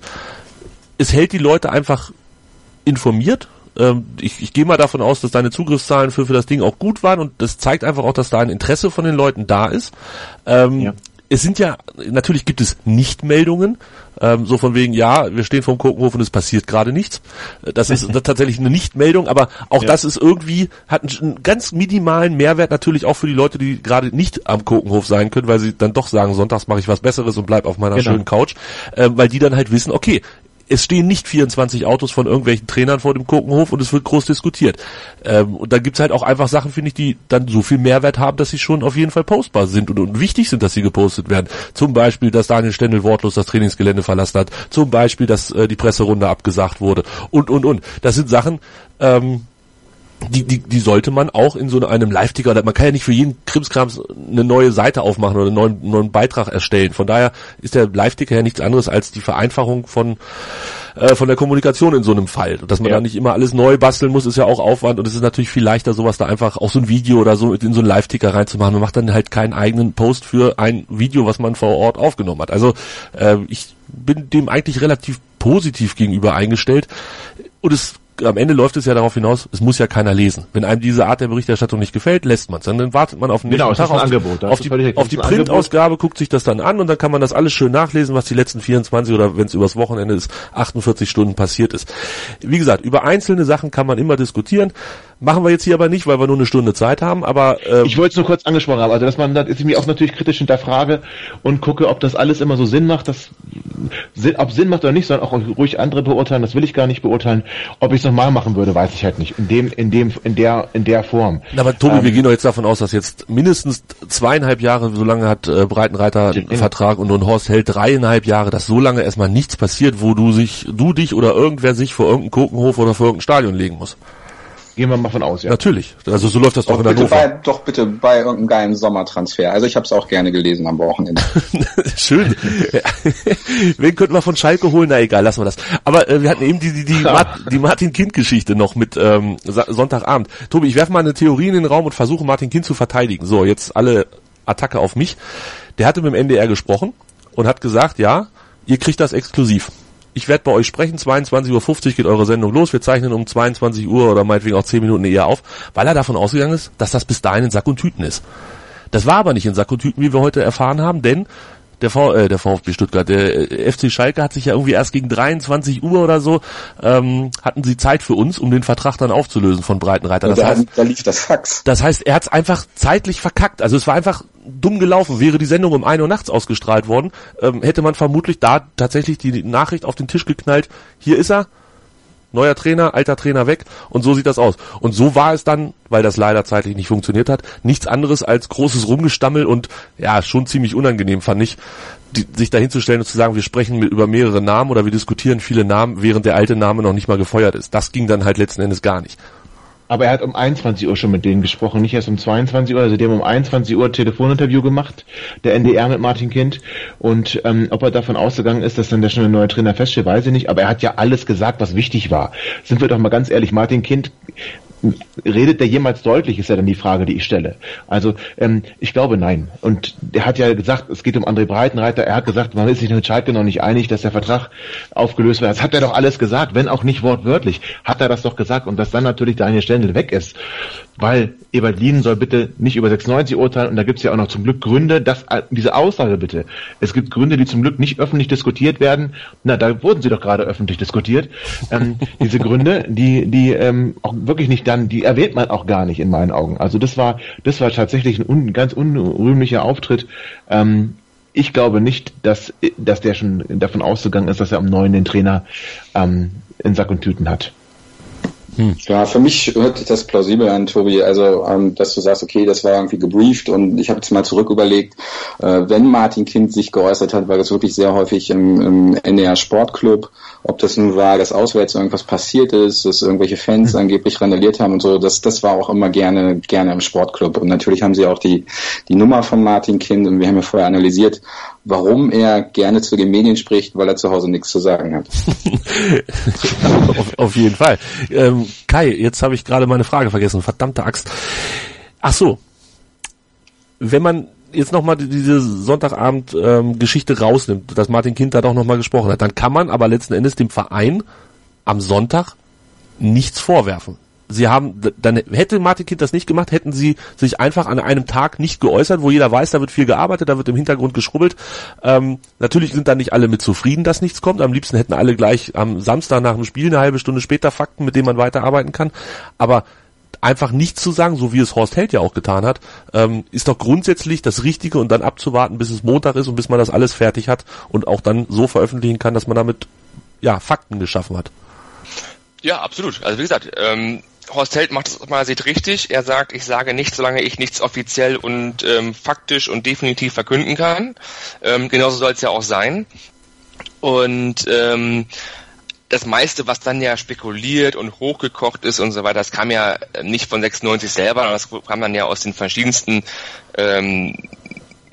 Es hält die Leute einfach informiert. Ich, ich gehe mal davon aus, dass deine Zugriffszahlen für, für das Ding auch gut waren und das zeigt einfach auch, dass da ein Interesse von den Leuten da ist. Ähm, ja. Es sind ja, natürlich gibt es Nichtmeldungen, ähm, so von wegen, ja, wir stehen vorm Kokenhof und es passiert gerade nichts. Das ist tatsächlich eine Nichtmeldung, aber auch ja. das ist irgendwie, hat einen, einen ganz minimalen Mehrwert natürlich auch für die Leute, die gerade nicht am Kokenhof sein können, weil sie dann doch sagen, sonntags mache ich was Besseres und bleib auf meiner genau. schönen Couch, ähm, weil die dann halt wissen, okay, es stehen nicht vierundzwanzig Autos von irgendwelchen Trainern vor dem Kokenhof und es wird groß diskutiert. Ähm, und da gibt's halt auch einfach Sachen, finde ich, die dann so viel Mehrwert haben, dass sie schon auf jeden Fall postbar sind und, und wichtig sind, dass sie gepostet werden. Zum Beispiel, dass Daniel Stendel wortlos das Trainingsgelände verlassen hat. Zum Beispiel, dass äh, die Presserunde abgesagt wurde. Und, und, und. Das sind Sachen, ähm, die, die, die sollte man auch in so einem Live-Ticker, man kann ja nicht für jeden Krimskrams eine neue Seite aufmachen oder einen neuen, neuen Beitrag erstellen. Von daher ist der Live-Ticker ja nichts anderes als die Vereinfachung von äh, von der Kommunikation in so einem Fall. Dass man ja. da nicht immer alles neu basteln muss, ist ja auch Aufwand und es ist natürlich viel leichter, sowas da einfach auch so ein Video oder so in so einen Live-Ticker reinzumachen. Man macht dann halt keinen eigenen Post für ein Video, was man vor Ort aufgenommen hat. Also äh, ich bin dem eigentlich relativ positiv gegenüber eingestellt und es am Ende läuft es ja darauf hinaus, es muss ja keiner lesen. Wenn einem diese Art der Berichterstattung nicht gefällt, lässt man es. Dann wartet man auf den nächsten genau, Tag auf, Angebot, auf die, auf die Printausgabe, guckt sich das dann an und dann kann man das alles schön nachlesen, was die letzten vierundzwanzig oder wenn es übers Wochenende ist, achtundvierzig Stunden passiert ist. Wie gesagt, über einzelne Sachen kann man immer diskutieren. Machen wir jetzt hier aber nicht, weil wir nur eine Stunde Zeit haben, aber... Ähm, ich wollte es nur kurz angesprochen haben, also dass man, dass ich mich auch natürlich kritisch hinterfrage und gucke, ob das alles immer so Sinn macht, dass, ob Sinn macht oder nicht, sondern auch ruhig andere beurteilen, das will ich gar nicht beurteilen. Ob ich es nochmal machen würde, weiß ich halt nicht. In dem, in dem, in der, in der Form. Na, aber Tobi, ähm, wir gehen doch jetzt davon aus, dass jetzt mindestens zweieinhalb Jahre, so lange hat äh, Breitenreiter einen ja, Vertrag und, und Horst Held dreieinhalb Jahre, dass so lange erstmal nichts passiert, wo du sich, du dich oder irgendwer sich vor irgendeinen Kokenhof oder vor irgendein Stadion legen muss. Gehen wir mal von aus, ja. Natürlich. Also so läuft das doch, doch in Hannover. Bei, doch bitte bei irgendeinem geilen Sommertransfer. Also ich habe es auch gerne gelesen am Wochenende. Schön. Wen könnten wir von Schalke holen? Na egal, lassen wir das. Aber äh, wir hatten eben die die die, Mart, die Martin-Kind-Geschichte noch mit ähm, Sonntagabend. Tobi, ich werfe mal eine Theorie in den Raum und versuche Martin Kind zu verteidigen. So, jetzt alle Attacke auf mich. Der hatte mit dem N D R gesprochen und hat gesagt, ja, ihr kriegt das exklusiv. Ich werde bei euch sprechen, zweiundzwanzig Uhr fünfzig geht eure Sendung los, wir zeichnen um zweiundzwanzig Uhr oder meinetwegen auch zehn Minuten eher auf, weil er davon ausgegangen ist, dass das bis dahin in Sack und Tüten ist. Das war aber nicht in Sack und Tüten, wie wir heute erfahren haben, denn der, v, äh, der VfB Stuttgart, der äh, F C Schalke hat sich ja irgendwie erst gegen dreiundzwanzig Uhr oder so, ähm, hatten sie Zeit für uns, um den Vertrag dann aufzulösen von Breitenreiter. Das da, heißt, da lief das Fax. Das heißt, er hat es einfach zeitlich verkackt. Also es war einfach dumm gelaufen. Wäre die Sendung um ein Uhr nachts ausgestrahlt worden, ähm, hätte man vermutlich da tatsächlich die Nachricht auf den Tisch geknallt, hier ist er, neuer Trainer, alter Trainer weg und so sieht das aus. Und so war es dann, weil das leider zeitlich nicht funktioniert hat, nichts anderes als großes Rumgestammel und ja, schon ziemlich unangenehm fand ich, die, sich da hinzustellen und zu sagen, wir sprechen mit, über mehrere Namen oder wir diskutieren viele Namen, während der alte Name noch nicht mal gefeuert ist. Das ging dann halt letzten Endes gar nicht. Aber er hat um einundzwanzig Uhr schon mit denen gesprochen, nicht erst um zweiundzwanzig Uhr. Also die haben um einundzwanzig Uhr Telefoninterview gemacht, der N D R mit Martin Kind. Und ähm, ob er davon ausgegangen ist, dass dann der schon ein neuer Trainer feststeht, weiß ich nicht. Aber er hat ja alles gesagt, was wichtig war. Sind wir doch mal ganz ehrlich, Martin Kind, redet der jemals deutlich, ist ja dann die Frage, die ich stelle. Also ähm, ich glaube, nein. Und er hat ja gesagt, es geht um André Breitenreiter. Er hat gesagt, man ist sich mit Schalke noch nicht einig, dass der Vertrag aufgelöst wird. Das hat er doch alles gesagt, wenn auch nicht wortwörtlich. Hat er das doch gesagt. Und dass dann natürlich Daniel Stendel weg ist. Weil Ebert Lienen soll bitte nicht über sechsundneunzig urteilen. Und da gibt es ja auch noch zum Glück Gründe, dass diese Aussage bitte. Es gibt Gründe, die zum Glück nicht öffentlich diskutiert werden. Na, da wurden sie doch gerade öffentlich diskutiert. Ähm, diese Gründe, die die ähm, auch wirklich nicht dann, die erwähnt man auch gar nicht in meinen Augen. Also das war das war tatsächlich ein un, ganz unrühmlicher Auftritt. Ähm, ich glaube nicht, dass dass der schon davon ausgegangen ist, dass er am neuen den Trainer ähm, in Sack und Tüten hat. Hm. Ja, für mich hört sich das plausibel an, Tobi. Also, ähm, dass du sagst, okay, das war irgendwie gebrieft und ich habe jetzt mal zurück überlegt, äh, wenn Martin Kind sich geäußert hat, war das wirklich sehr häufig im, im N D R Sportclub. Ob das nun war, dass auswärts irgendwas passiert ist, dass irgendwelche Fans hm. angeblich randaliert haben und so, das, das war auch immer gerne, gerne im Sportclub. Und natürlich haben sie auch die, die Nummer von Martin Kind und wir haben ja vorher analysiert, warum er gerne zu den Medien spricht, weil er zu Hause nichts zu sagen hat. auf, auf jeden Fall. Ähm, Kai, jetzt habe ich gerade meine Frage vergessen. Verdammte Axt. Ach so. Wenn man jetzt nochmal diese Sonntagabend-Geschichte ähm, rausnimmt, dass Martin Kind da doch nochmal gesprochen hat, dann kann man aber letzten Endes dem Verein am Sonntag nichts vorwerfen. Sie haben, dann hätte Martin Kind das nicht gemacht, hätten sie sich einfach an einem Tag nicht geäußert, wo jeder weiß, da wird viel gearbeitet, da wird im Hintergrund geschrubbelt. Ähm, natürlich sind da nicht alle mit zufrieden, dass nichts kommt. Am liebsten hätten alle gleich am Samstag nach dem Spiel eine halbe Stunde später Fakten, mit denen man weiterarbeiten kann. Aber einfach nichts zu sagen, so wie es Horst Held ja auch getan hat, ähm, ist doch grundsätzlich das Richtige und dann abzuwarten, bis es Montag ist und bis man das alles fertig hat und auch dann so veröffentlichen kann, dass man damit ja Fakten geschaffen hat. Ja, absolut. Also wie gesagt, ähm, Horst Held macht es aus meiner Sicht richtig. Er sagt, ich sage nichts, solange ich nichts offiziell und ähm, faktisch und definitiv verkünden kann. Ähm, genauso soll es ja auch sein. Und ähm, das meiste, was dann ja spekuliert und hochgekocht ist und so weiter, das kam ja nicht von sechsundneunzig selber, sondern das kam dann ja aus den verschiedensten ähm,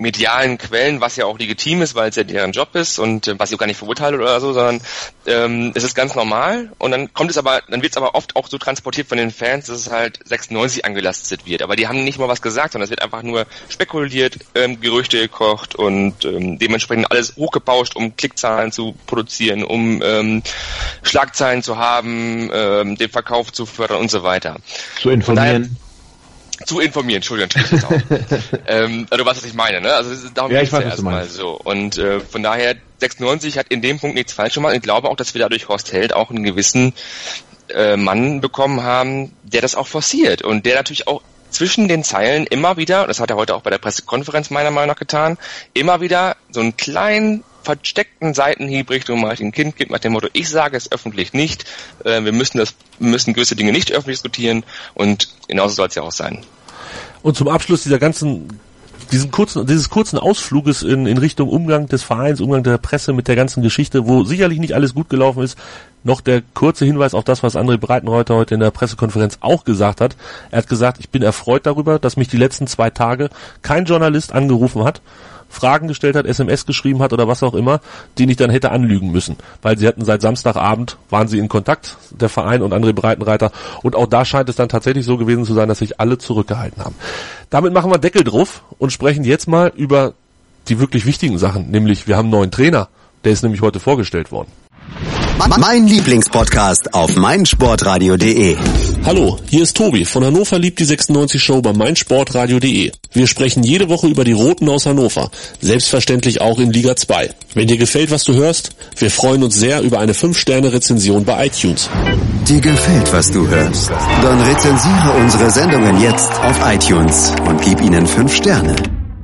medialen Quellen, was ja auch legitim ist, weil es ja deren Job ist und äh, was ich auch gar nicht verurteile oder so, sondern ähm, es ist ganz normal und dann kommt es aber, dann wird es aber oft auch so transportiert von den Fans, dass es halt sechsundneunzig angelastet wird. Aber die haben nicht mal was gesagt, sondern es wird einfach nur spekuliert, ähm, Gerüchte gekocht und ähm, dementsprechend alles hochgebauscht, um Klickzahlen zu produzieren, um ähm, Schlagzeilen zu haben, ähm, den Verkauf zu fördern und so weiter. Zu informieren. Zu informieren, Entschuldigung, natürlich auch. ähm, also du weißt, was ich meine, ne? Also darum ja, geht's ich weiß, ja erstmal so. Und äh, von daher, sechsundneunzig hat in dem Punkt nichts falsch gemacht. Ich glaube auch, dass wir dadurch Horst Held auch einen gewissen äh, Mann bekommen haben, der das auch forciert und der natürlich auch zwischen den Zeilen immer wieder, das hat er heute auch bei der Pressekonferenz meiner Meinung nach getan, immer wieder so einen kleinen versteckten Seitenhieb Richtung Martin Kind gibt nach dem Motto, ich sage es öffentlich nicht, äh, wir müssen das, wir müssen gewisse Dinge nicht öffentlich diskutieren und genauso soll es ja auch sein. Und zum Abschluss dieser ganzen, diesen kurzen, dieses kurzen Ausfluges in, in Richtung Umgang des Vereins, Umgang der Presse mit der ganzen Geschichte, wo sicherlich nicht alles gut gelaufen ist, noch der kurze Hinweis auf das, was André Breitenreuther heute in der Pressekonferenz auch gesagt hat. Er hat gesagt, ich bin erfreut darüber, dass mich die letzten zwei Tage kein Journalist angerufen hat, Fragen gestellt hat, S M S geschrieben hat oder was auch immer, den ich dann hätte anlügen müssen. Weil sie hatten seit Samstagabend, waren sie in Kontakt, der Verein und André Breitenreiter. Und auch da scheint es dann tatsächlich so gewesen zu sein, dass sich alle zurückgehalten haben. Damit machen wir Deckel drauf und sprechen jetzt mal über die wirklich wichtigen Sachen. Nämlich, wir haben einen neuen Trainer. Der ist nämlich heute vorgestellt worden. Mein Lieblingspodcast auf meinsportradio punkt de. Hallo, hier ist Tobi von Hannover liebt die sechsundneunzig Show bei meinsportradio punkt de. Wir sprechen jede Woche über die Roten aus Hannover, selbstverständlich auch in Liga zwei. Wenn dir gefällt, was du hörst, wir freuen uns sehr über eine fünf Sterne Rezension bei iTunes. Dir gefällt, was du hörst? Dann rezensiere unsere Sendungen jetzt auf iTunes und gib ihnen fünf Sterne.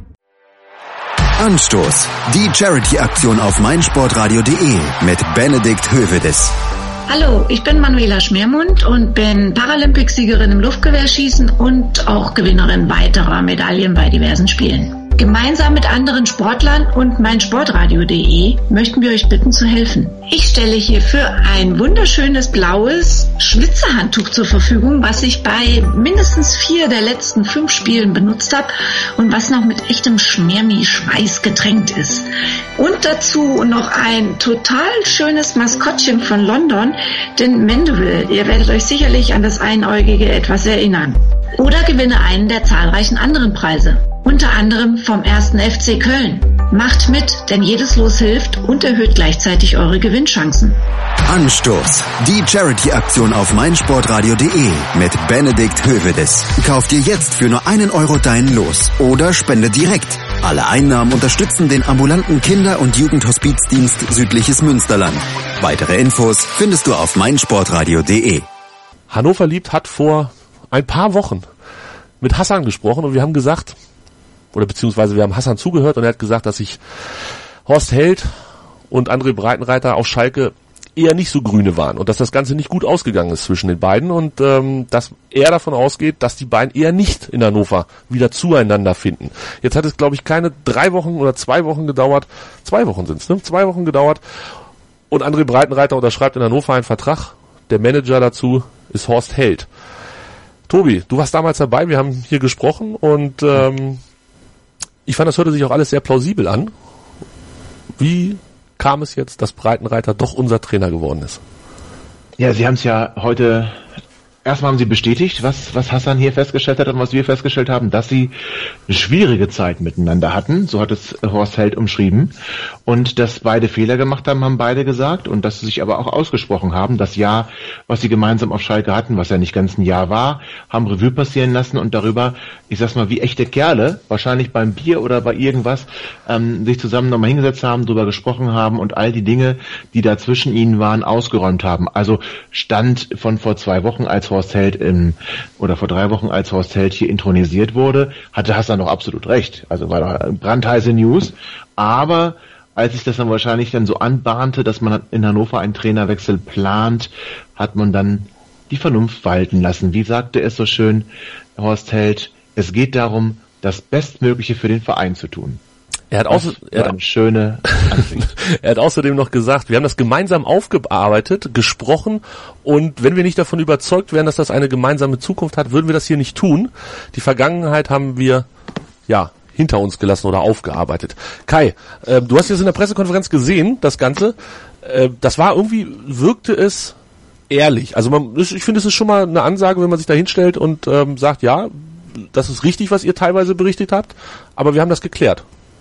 Anstoß, die Charity-Aktion auf meinsportradio punkt de mit Benedikt Hövedes. Hallo, ich bin Manuela Schmermund und bin Paralympicsiegerin im Luftgewehrschießen und auch Gewinnerin weiterer Medaillen bei diversen Spielen. Gemeinsam mit anderen Sportlern und meinsportradio punkt de möchten wir euch bitten zu helfen. Ich stelle hierfür ein wunderschönes blaues Schwitzerhandtuch zur Verfügung, was ich bei mindestens vier der letzten fünf Spielen benutzt habe und was noch mit echtem Schmermi-Schweiß getränkt ist. Und dazu noch ein total schönes Maskottchen von London, den Mandeville. Ihr werdet euch sicherlich an das Einäugige etwas erinnern. Oder gewinne einen der zahlreichen anderen Preise. Unter anderem vom ersten F C Köln. Macht mit, denn jedes Los hilft und erhöht gleichzeitig eure Gewinnchancen. Anstoß, die Charity-Aktion auf meinsportradio punkt de mit Benedikt Hövedes. Kauf dir jetzt für nur einen Euro dein Los oder spende direkt. Alle Einnahmen unterstützen den ambulanten Kinder- und Jugendhospizdienst Südliches Münsterland. Weitere Infos findest du auf meinsportradio punkt de. Hannover liebt hat vor ein paar Wochen mit Hassan gesprochen und wir haben gesagt, oder beziehungsweise wir haben Hassan zugehört und er hat gesagt, dass sich Horst Held und André Breitenreiter auf Schalke eher nicht so grüne waren und dass das Ganze nicht gut ausgegangen ist zwischen den beiden und ähm, dass er davon ausgeht, dass die beiden eher nicht in Hannover wieder zueinander finden. Jetzt hat es, glaube ich, keine drei Wochen oder zwei Wochen gedauert, zwei Wochen sind es, ne? Zwei Wochen gedauert und André Breitenreiter unterschreibt in Hannover einen Vertrag. Der Manager dazu ist Horst Held. Tobi, du warst damals dabei, wir haben hier gesprochen und ähm, ich fand, das hörte sich auch alles sehr plausibel an. Wie kam es jetzt, dass Breitenreiter doch unser Trainer geworden ist? Ja, Sie haben es ja heute, erstmal haben Sie bestätigt, was, was Hassan hier festgestellt hat und was wir festgestellt haben, dass Sie eine schwierige Zeit miteinander hatten, so hat es Horst Held umschrieben, und dass beide Fehler gemacht haben, haben beide gesagt, und dass sie sich aber auch ausgesprochen haben, das Jahr, was sie gemeinsam auf Schalke hatten, was ja nicht ganz ein Jahr war, haben Revue passieren lassen und darüber, ich sag's mal, wie echte Kerle, wahrscheinlich beim Bier oder bei irgendwas, ähm, sich zusammen nochmal hingesetzt haben, drüber gesprochen haben und all die Dinge, die da zwischen ihnen waren, ausgeräumt haben. Also Stand von vor zwei Wochen, als Horst Held im, oder vor drei Wochen, als Horst Held hier intronisiert wurde, hatte Hassan doch absolut recht. Also war doch brandheiße News. Aber als sich das dann wahrscheinlich dann so anbahnte, dass man in Hannover einen Trainerwechsel plant, hat man dann die Vernunft walten lassen. Wie sagte es so schön Horst Held, es geht darum, das Bestmögliche für den Verein zu tun. Er hat, außer, er, hat, eine schöne Ansicht. Er hat außerdem noch gesagt, wir haben das gemeinsam aufgearbeitet, gesprochen und wenn wir nicht davon überzeugt wären, dass das eine gemeinsame Zukunft hat, würden wir das hier nicht tun. Die Vergangenheit haben wir, ja, hinter uns gelassen oder aufgearbeitet. Kai, äh, du hast jetzt in der Pressekonferenz gesehen, das Ganze. Äh, das war irgendwie, wirkte es ehrlich. Also man, ich finde, es ist schon mal eine Ansage, wenn man sich da hinstellt und ähm, sagt, ja, das ist richtig, was ihr teilweise berichtet habt, aber wir haben das geklärt.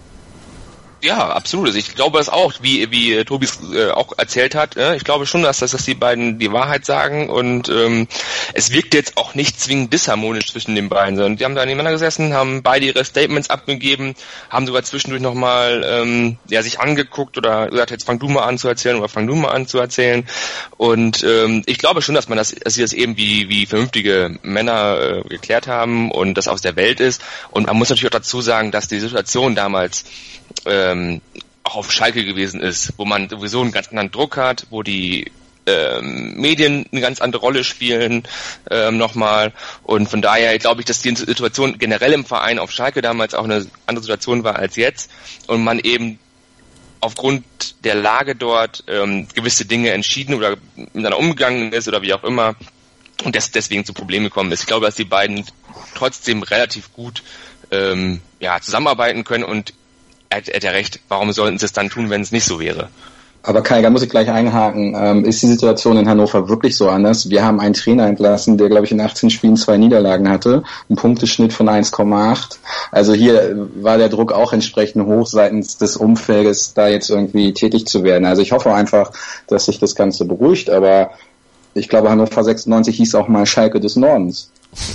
Ja, absolut. Also ich glaube das auch, wie wie äh, Tobi äh, auch erzählt hat. Äh, ich glaube schon, dass, dass dass die beiden die Wahrheit sagen und ähm, es wirkt jetzt auch nicht zwingend disharmonisch zwischen den beiden, sondern die haben da nebeneinander gesessen, haben beide ihre Statements abgegeben, haben sogar zwischendurch nochmal ähm, ja, sich angeguckt oder gesagt, jetzt fang du mal an zu erzählen oder fang du mal an zu erzählen. Und ähm, ich glaube schon, dass man das, dass sie das eben wie wie vernünftige Männer äh, geklärt haben und das aus der Welt ist. Und man muss natürlich auch dazu sagen, dass die Situation damals ähm, auch auf Schalke gewesen ist, wo man sowieso einen ganz anderen Druck hat, wo die ähm, Medien eine ganz andere Rolle spielen ähm, nochmal und von daher glaube ich, dass die Situation generell im Verein auf Schalke damals auch eine andere Situation war als jetzt und man eben aufgrund der Lage dort ähm, gewisse Dinge entschieden oder miteinander umgegangen ist oder wie auch immer und des, deswegen zu Problemen gekommen ist. Ich glaube, dass die beiden trotzdem relativ gut ähm, ja, zusammenarbeiten können und er hat ja recht, warum sollten sie es dann tun, wenn es nicht so wäre? Aber Kai, da muss ich gleich einhaken. Ähm, ist die Situation in Hannover wirklich so anders? Wir haben einen Trainer entlassen, der, glaube ich, in achtzehn Spielen zwei Niederlagen hatte, einen Punkteschnitt von eins Komma acht. Also hier war der Druck auch entsprechend hoch seitens des Umfeldes, da jetzt irgendwie tätig zu werden. Also ich hoffe einfach, dass sich das Ganze beruhigt, aber ich glaube, Hannover sechsundneunzig hieß auch mal Schalke des Nordens.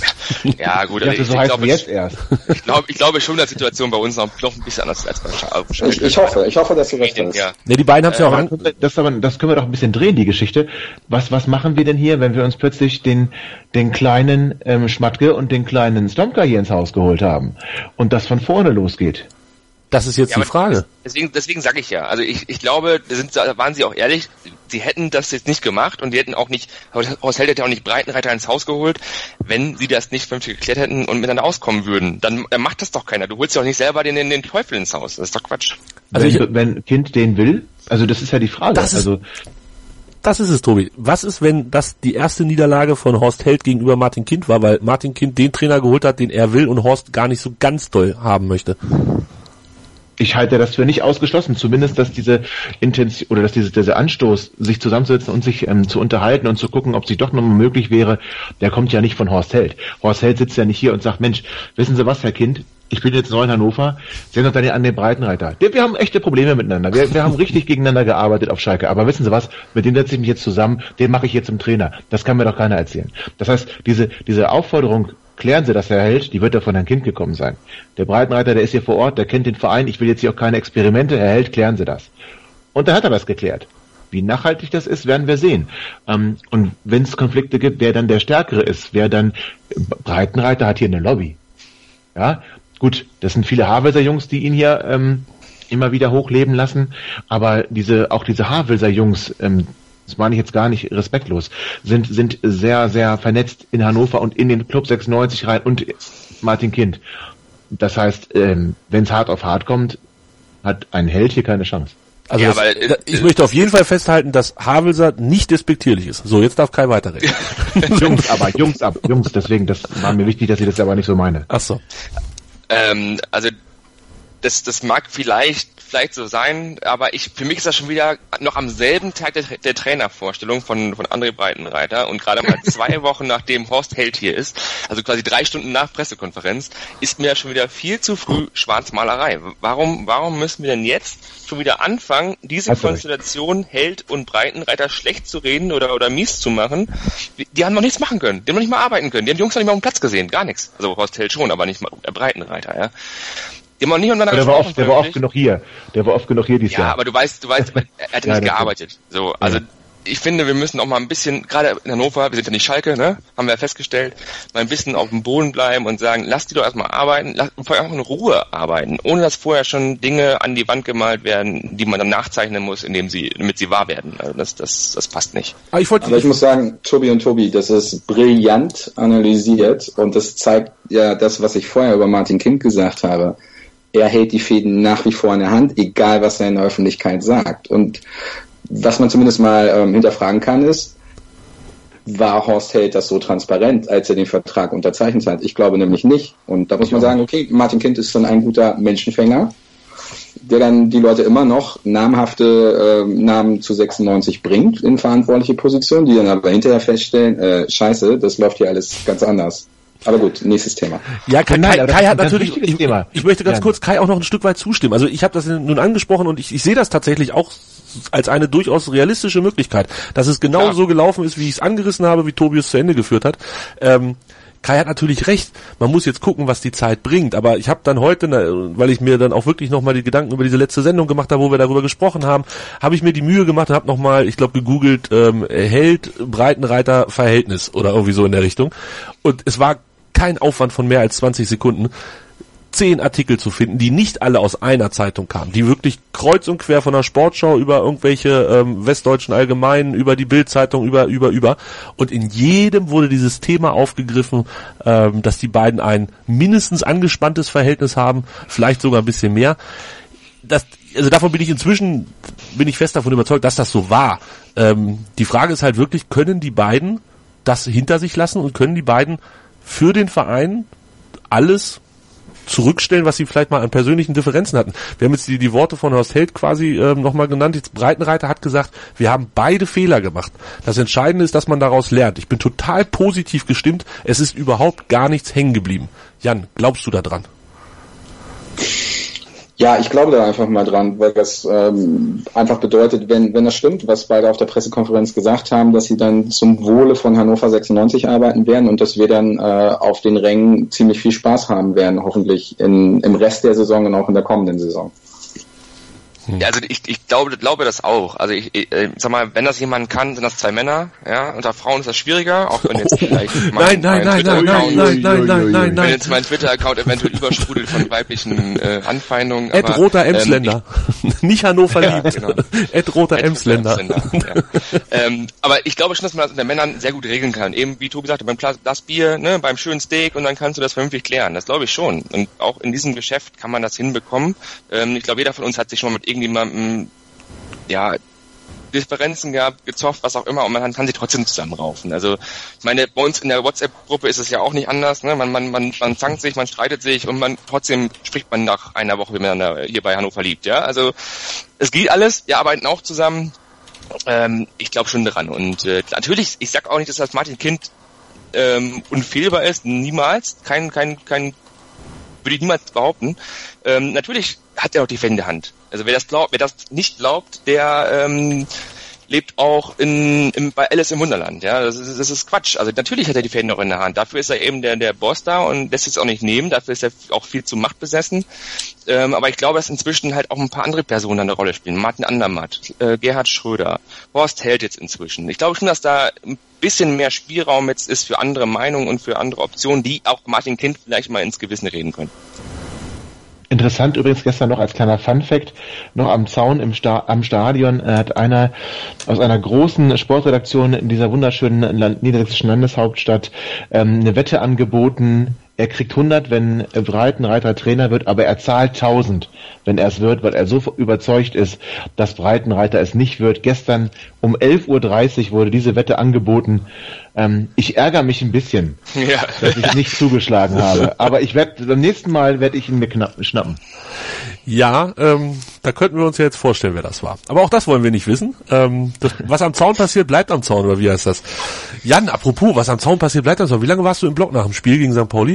Ja, gut, also ich, ich, so glaube, jetzt erst. ich, glaube, ich glaube schon, dass die Situation bei uns noch, noch ein bisschen anders ist als bei Schalke. Ich, ich hoffe, ich hoffe, dass du recht hast. Ja. Ja, die beiden haben es ja auch an. Das, aber, das können wir doch ein bisschen drehen, die Geschichte. Was, was machen wir denn hier, wenn wir uns plötzlich den, den kleinen ähm, Schmatke und den kleinen Stomka hier ins Haus geholt haben und das von vorne losgeht? Das ist jetzt ja, die Frage. Deswegen, deswegen sage ich ja. Also ich, ich glaube, da, sind, da waren sie auch ehrlich. Sie hätten das jetzt nicht gemacht und die hätten auch nicht, Horst Held hätte auch nicht Breitenreiter ins Haus geholt, wenn sie das nicht vernünftig geklärt hätten und miteinander auskommen würden. Dann äh, macht das doch keiner. Du holst ja auch nicht selber den, den, den Teufel ins Haus. Das ist doch Quatsch. Also wenn, ich, wenn Kind den will, also das ist ja die Frage. Das ist, also das ist es, Tobi. Was ist, wenn das die erste Niederlage von Horst Held gegenüber Martin Kind war, weil Martin Kind den Trainer geholt hat, den er will und Horst gar nicht so ganz doll haben möchte? Ich halte das für nicht ausgeschlossen, zumindest, dass diese Intention oder dass diese, dieser Anstoß, sich zusammenzusetzen und sich ähm, zu unterhalten und zu gucken, ob sie doch nochmal möglich wäre, der kommt ja nicht von Horst Held. Horst Held sitzt ja nicht hier und sagt, Mensch, wissen Sie was, Herr Kind, ich bin jetzt neu in Hannover, Sie haben doch dann an den Breitenreiter. Wir haben echte Probleme miteinander, wir, wir haben richtig gegeneinander gearbeitet auf Schalke, aber wissen Sie was, mit dem setze ich mich jetzt zusammen, den mache ich jetzt zum Trainer. Das kann mir doch keiner erzählen. Das heißt, diese, diese Aufforderung, klären Sie das, Herr Held, die wird ja von Herrn Kind gekommen sein. Der Breitenreiter, der ist hier vor Ort, der kennt den Verein, ich will jetzt hier auch keine Experimente, Herr Held, klären Sie das. Und da hat er das geklärt. Wie nachhaltig das ist, werden wir sehen. Ähm, und wenn es Konflikte gibt, wer dann der Stärkere ist, wer dann, Breitenreiter hat hier eine Lobby. Ja, gut, das sind viele Havelser Jungs, die ihn hier ähm, immer wieder hochleben lassen, aber diese, auch diese Havelser Jungs, ähm, das meine ich jetzt gar nicht respektlos, sind sind sehr, sehr vernetzt in Hannover und in den Club sechsundneunzig rein und Martin Kind. Das heißt, ähm, wenn es hart auf hart kommt, hat ein Held hier keine Chance. Also ja, das, aber, äh, ich äh, möchte auf jeden Fall festhalten, dass Havelser nicht despektierlich ist. So, jetzt darf Kai weiterreden. Jungs aber, Jungs ab, Jungs, deswegen, das war mir wichtig, dass ich das aber nicht so meine. Ach so. Ähm, also das, das mag vielleicht vielleicht so sein, aber ich für mich ist das schon wieder noch am selben Tag der, der Trainervorstellung von von André Breitenreiter und gerade mal zwei Wochen nachdem Horst Held hier ist, also quasi drei Stunden nach Pressekonferenz, ist mir schon wieder viel zu früh Schwarzmalerei. Warum warum müssen wir denn jetzt schon wieder anfangen, diese Hast Konstellation Held und Breitenreiter schlecht zu reden oder oder mies zu machen? Die haben noch nichts machen können, die haben noch nicht mal arbeiten können, die haben die Jungs noch nicht mal auf dem Platz gesehen, gar nichts. Also Horst Held schon, aber nicht mal der Breitenreiter, ja. Die haben auch nicht untereinander der war oft, der war oft genug hier. Der war oft genug hier dieses ja, Jahr. Ja, aber du weißt, du weißt, er hat ja, nicht gearbeitet. So, also ja. Ich finde, wir müssen auch mal ein bisschen, gerade in Hannover, wir sind ja nicht Schalke, ne, haben wir ja festgestellt, mal ein bisschen auf dem Boden bleiben und sagen, lass die doch erstmal arbeiten, lass vor allem auch in Ruhe arbeiten, ohne dass vorher schon Dinge an die Wand gemalt werden, die man dann nachzeichnen muss, indem sie, damit sie wahr werden. Also das, das, das passt nicht. Aber ich, wollte, aber ich muss sagen, Tobi und Tobi, das ist brillant analysiert und das zeigt ja das, was ich vorher über Martin Kind gesagt habe. Er hält die Fäden nach wie vor in der Hand, egal was er in der Öffentlichkeit sagt. Und was man zumindest mal ähm, hinterfragen kann, ist, war Horst Held das so transparent, als er den Vertrag unterzeichnet hat? Ich glaube nämlich nicht. Und da muss man sagen, okay, Martin Kind ist dann ein guter Menschenfänger, der dann die Leute immer noch namhafte äh, Namen zu sechsundneunzig bringt in verantwortliche Positionen, die dann aber hinterher feststellen, äh, scheiße, das läuft hier alles ganz anders. Aber gut, nächstes Thema. Ja, Kai, Nein, Kai, aber Kai das hat ist ein natürlich, wichtiges ich, Thema. ich möchte ganz Ja. kurz Kai auch noch ein Stück weit zustimmen. Also ich habe das nun angesprochen und ich, ich sehe das tatsächlich auch als eine durchaus realistische Möglichkeit, dass es genau Klar. so gelaufen ist, wie ich es angerissen habe, wie Tobi es zu Ende geführt hat. Ähm, Kai hat natürlich recht, man muss jetzt gucken, was die Zeit bringt, aber ich habe dann heute, weil ich mir dann auch wirklich nochmal die Gedanken über diese letzte Sendung gemacht habe, wo wir darüber gesprochen haben, habe ich mir die Mühe gemacht und habe nochmal, ich glaube, gegoogelt, ähm, Held, Breitenreiter, Verhältnis oder irgendwie so in der Richtung, und es war kein Aufwand von mehr als zwanzig Sekunden, zehn Artikel zu finden, die nicht alle aus einer Zeitung kamen, die wirklich kreuz und quer von der Sportschau über irgendwelche ähm, Westdeutschen Allgemeinen, über die Bild-Zeitung, über, über, über. Und in jedem wurde dieses Thema aufgegriffen, ähm, dass die beiden ein mindestens angespanntes Verhältnis haben, vielleicht sogar ein bisschen mehr. Das, also davon bin ich inzwischen, bin ich fest davon überzeugt, dass das so war. Ähm, die Frage ist halt wirklich, können die beiden das hinter sich lassen und können die beiden für den Verein alles zurückstellen, was sie vielleicht mal an persönlichen Differenzen hatten. Wir haben jetzt die, die Worte von Horst Held quasi ähm, nochmal genannt. Jetzt Breitenreiter hat gesagt, wir haben beide Fehler gemacht. Das Entscheidende ist, dass man daraus lernt. Ich bin total positiv gestimmt. Es ist überhaupt gar nichts hängen geblieben. Jan, glaubst du da dran? Ja, ich glaube da einfach mal dran, weil das ähm, einfach bedeutet, wenn wenn das stimmt, was beide auf der Pressekonferenz gesagt haben, dass sie dann zum Wohle von Hannover sechsundneunzig arbeiten werden und dass wir dann äh, auf den Rängen ziemlich viel Spaß haben werden, hoffentlich in, im Rest der Saison und auch in der kommenden Saison. Ja, also ich, ich glaube, glaube das auch. Also ich, ich äh, sag mal, wenn das jemand kann, sind das zwei Männer. Ja, unter Frauen ist das schwieriger, auch wenn jetzt vielleicht mein, Nein, nein, mein nein, nein, nein, nein, nein, nein, nein, wenn nein. jetzt mein Twitter-Account eventuell übersprudelt von weiblichen äh, Anfeindungen. Ed aber, Roter ähm, Emsländer. Nicht Hannover Ja, liebt. genau. Ed Roter Ed Emsländer. Ja. ähm, aber ich glaube schon, dass man das unter Männern sehr gut regeln kann. Eben wie Tobi sagte, beim Glas Bier, ne, beim schönen Steak, und dann kannst du das vernünftig klären. Das glaube ich schon. Und auch in diesem Geschäft kann man das hinbekommen. Ähm, ich glaube, jeder von uns hat sich schon mal mit irgendjemandem, ja, Differenzen gehabt, gezofft, was auch immer, und man kann sich trotzdem zusammenraufen. Also ich meine, bei uns in der WhatsApp-Gruppe ist es ja auch nicht anders. Ne? Man, man, man, man zankt sich, man streitet sich und man trotzdem spricht man nach einer Woche miteinander hier bei Hannover liebt. Ja, also es geht alles. Wir arbeiten auch zusammen. Ähm, ich glaube schon dran. Und äh, natürlich, ich sag auch nicht, dass das Martin Kind ähm, unfehlbar ist. Niemals. Kein, kein, kein, würde ich niemals behaupten. Ähm, natürlich hat er auch die Fälle in der Hand. Also wer das glaubt, wer das nicht glaubt, der ähm, lebt auch in, in bei Alice im Wunderland. Ja, das ist, das ist Quatsch. Also natürlich hat er die Fäden noch in der Hand. Dafür ist er eben der der Boss da und lässt es auch nicht nehmen. Dafür ist er auch viel zu Macht besessen. Ähm, aber ich glaube, dass inzwischen halt auch ein paar andere Personen eine Rolle spielen. Martin Andermatt, äh, Gerhard Schröder, Horst Held jetzt inzwischen. Ich glaube schon, dass da ein bisschen mehr Spielraum jetzt ist für andere Meinungen und für andere Optionen, die auch Martin Kind vielleicht mal ins Gewissen reden können. Interessant übrigens gestern noch als kleiner Funfact, noch am Zaun im Sta- am Stadion äh, hat einer aus einer großen Sportredaktion in dieser wunderschönen Land- niedersächsischen Landeshauptstadt ähm, eine Wette angeboten. Er kriegt hundert, wenn Breitenreiter Trainer wird, aber er zahlt tausend, wenn er es wird, weil er so überzeugt ist, dass Breitenreiter es nicht wird. Gestern um elf Uhr dreißig wurde diese Wette angeboten. Ähm, ich ärgere mich ein bisschen, Ja. dass ich nicht zugeschlagen habe. Aber ich werde beim nächsten Mal werde ich ihn mir knapp, schnappen. Ja, ähm, da könnten wir uns ja jetzt vorstellen, wer das war. Aber auch das wollen wir nicht wissen. Ähm, das, was am Zaun passiert, bleibt am Zaun, oder wie heißt das? Jan, apropos, was am Zaun passiert, bleibt am Zaun. Wie lange warst du im Block nach dem Spiel gegen Sankt Pauli?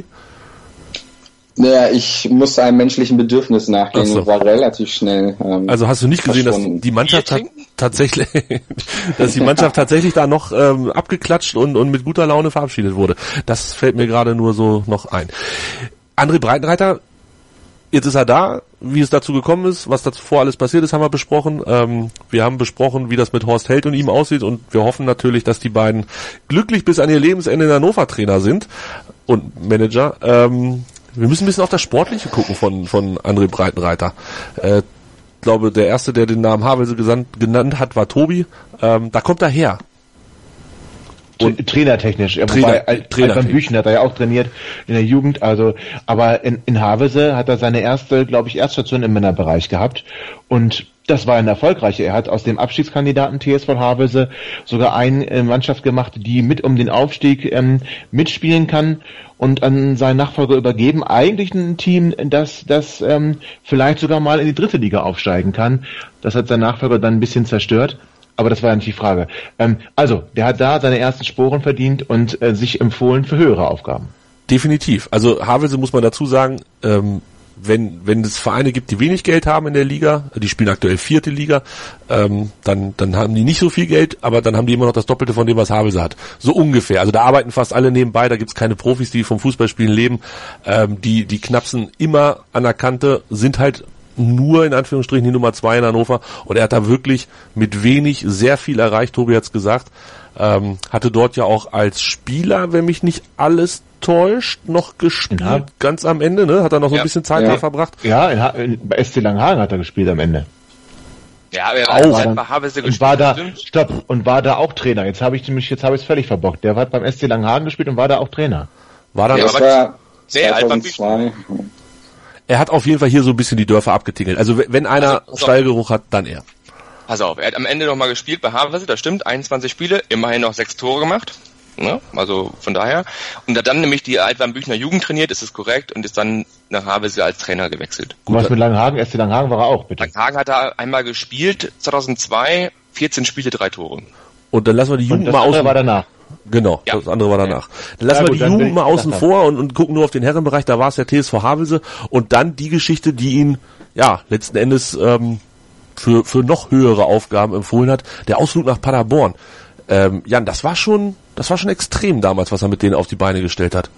Naja, ich musste einem menschlichen Bedürfnis nachgehen Ach so. und war relativ schnell. Ähm, Also hast du nicht gesehen, dass verschwunden. die Mannschaft Bier ta- trinken? tatsächlich, dass die Mannschaft tatsächlich da noch ähm, abgeklatscht und, und mit guter Laune verabschiedet wurde. Das fällt mir gerade nur so noch ein. André Breitenreiter, jetzt ist er da. Wie es dazu gekommen ist, was davor alles passiert ist, haben wir besprochen. Ähm, wir haben besprochen, wie das mit Horst Held und ihm aussieht, und wir hoffen natürlich, dass die beiden glücklich bis an ihr Lebensende in Hannover Trainer sind und Manager. Ähm, wir müssen ein bisschen auf das Sportliche gucken von von André Breitenreiter. Äh, ich glaube, der erste, der den Namen Havelse gesandt, genannt hat, war Tobi. Ähm, da kommt er her. Und trainertechnisch, ja, Trainer, wobei, Al- Trainer Alban Büchen hat er ja auch trainiert in der Jugend, also, aber in, in Havelse hat er seine erste, glaube ich, Erststation im Männerbereich gehabt und das war eine erfolgreiche. Er hat aus dem Abstiegskandidaten T S V Havelse sogar eine äh, Mannschaft gemacht, die mit um den Aufstieg ähm, mitspielen kann und an seinen Nachfolger übergeben. Eigentlich ein Team, das, das ähm, vielleicht sogar mal in die dritte Liga aufsteigen kann. Das hat sein Nachfolger dann ein bisschen zerstört. Aber das war ja nicht die Frage. Ähm, also, der hat da seine ersten Sporen verdient und äh, sich empfohlen für höhere Aufgaben. Definitiv. Also Havelse muss man dazu sagen, ähm, wenn wenn es Vereine gibt, die wenig Geld haben in der Liga, die spielen aktuell vierte Liga, ähm, dann dann haben die nicht so viel Geld, aber dann haben die immer noch das Doppelte von dem, was Havelse hat. So ungefähr. Also da arbeiten fast alle nebenbei, da gibt's keine Profis, die vom Fußballspielen leben. Ähm, die die knapsen immer an der Kante, sind halt nur in Anführungsstrichen die Nummer zwei in Hannover und er hat da wirklich mit wenig sehr viel erreicht, Tobi hat's gesagt, ähm, hatte dort ja auch als Spieler, wenn mich nicht alles täuscht, noch gespielt, ja. Ganz am Ende, ne? Hat er noch so ja. ein bisschen Zeit ja. da verbracht? Ja, in ha- in, bei S C Langhagen hat er gespielt am Ende. Ja, aber er auch, dann, bei Havelse gespielt. Und war da, stopp, und war da auch Trainer. Jetzt habe ich nämlich, jetzt habe ich es völlig verbockt. Der hat beim S C Langhagen gespielt und war da auch Trainer. War da ja, das war sehr zweitausendzwei. Er hat auf jeden Fall hier so ein bisschen die Dörfer abgetingelt. Also wenn einer also, Stallgeruch hat, dann er. Pass auf, er hat am Ende noch mal gespielt bei Havelse, das stimmt, einundzwanzig Spiele, immerhin noch sechs Tore gemacht. Ne? Also von daher. Und hat dann nämlich die Alban Büchner Jugend trainiert, ist es korrekt, und ist dann nach Havelse als Trainer gewechselt. Und was mit Langhagen? S C Langhagen war er auch, bitte. Langhagen hat er einmal gespielt, zweitausendzwei, vierzehn Spiele, drei Tore. Und dann lassen wir die Jugend mal außen. Das andere war danach. Genau, ja. Das andere war danach. Dann lassen ja, gut, wir die Jugend mal außen vor und, und gucken nur auf den Herrenbereich, da war es der T S V Havelse und dann die Geschichte, die ihn, ja, letzten Endes ähm, für für noch höhere Aufgaben empfohlen hat, der Ausflug nach Paderborn. Ähm, Jan, das war schon, das war schon extrem damals, was er mit denen auf die Beine gestellt hat.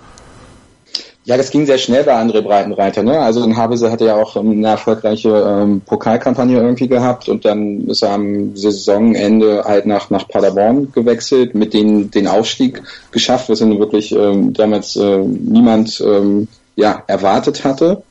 Ja, das ging sehr schnell bei André Breitenreiter, ne? Also in Havelse hatte er auch eine erfolgreiche ähm, Pokalkampagne irgendwie gehabt und dann ist er am Saisonende halt nach nach Paderborn gewechselt, mit denen den Aufstieg geschafft, was ihn wirklich ähm, damals äh, niemand ähm, ja erwartet hatte.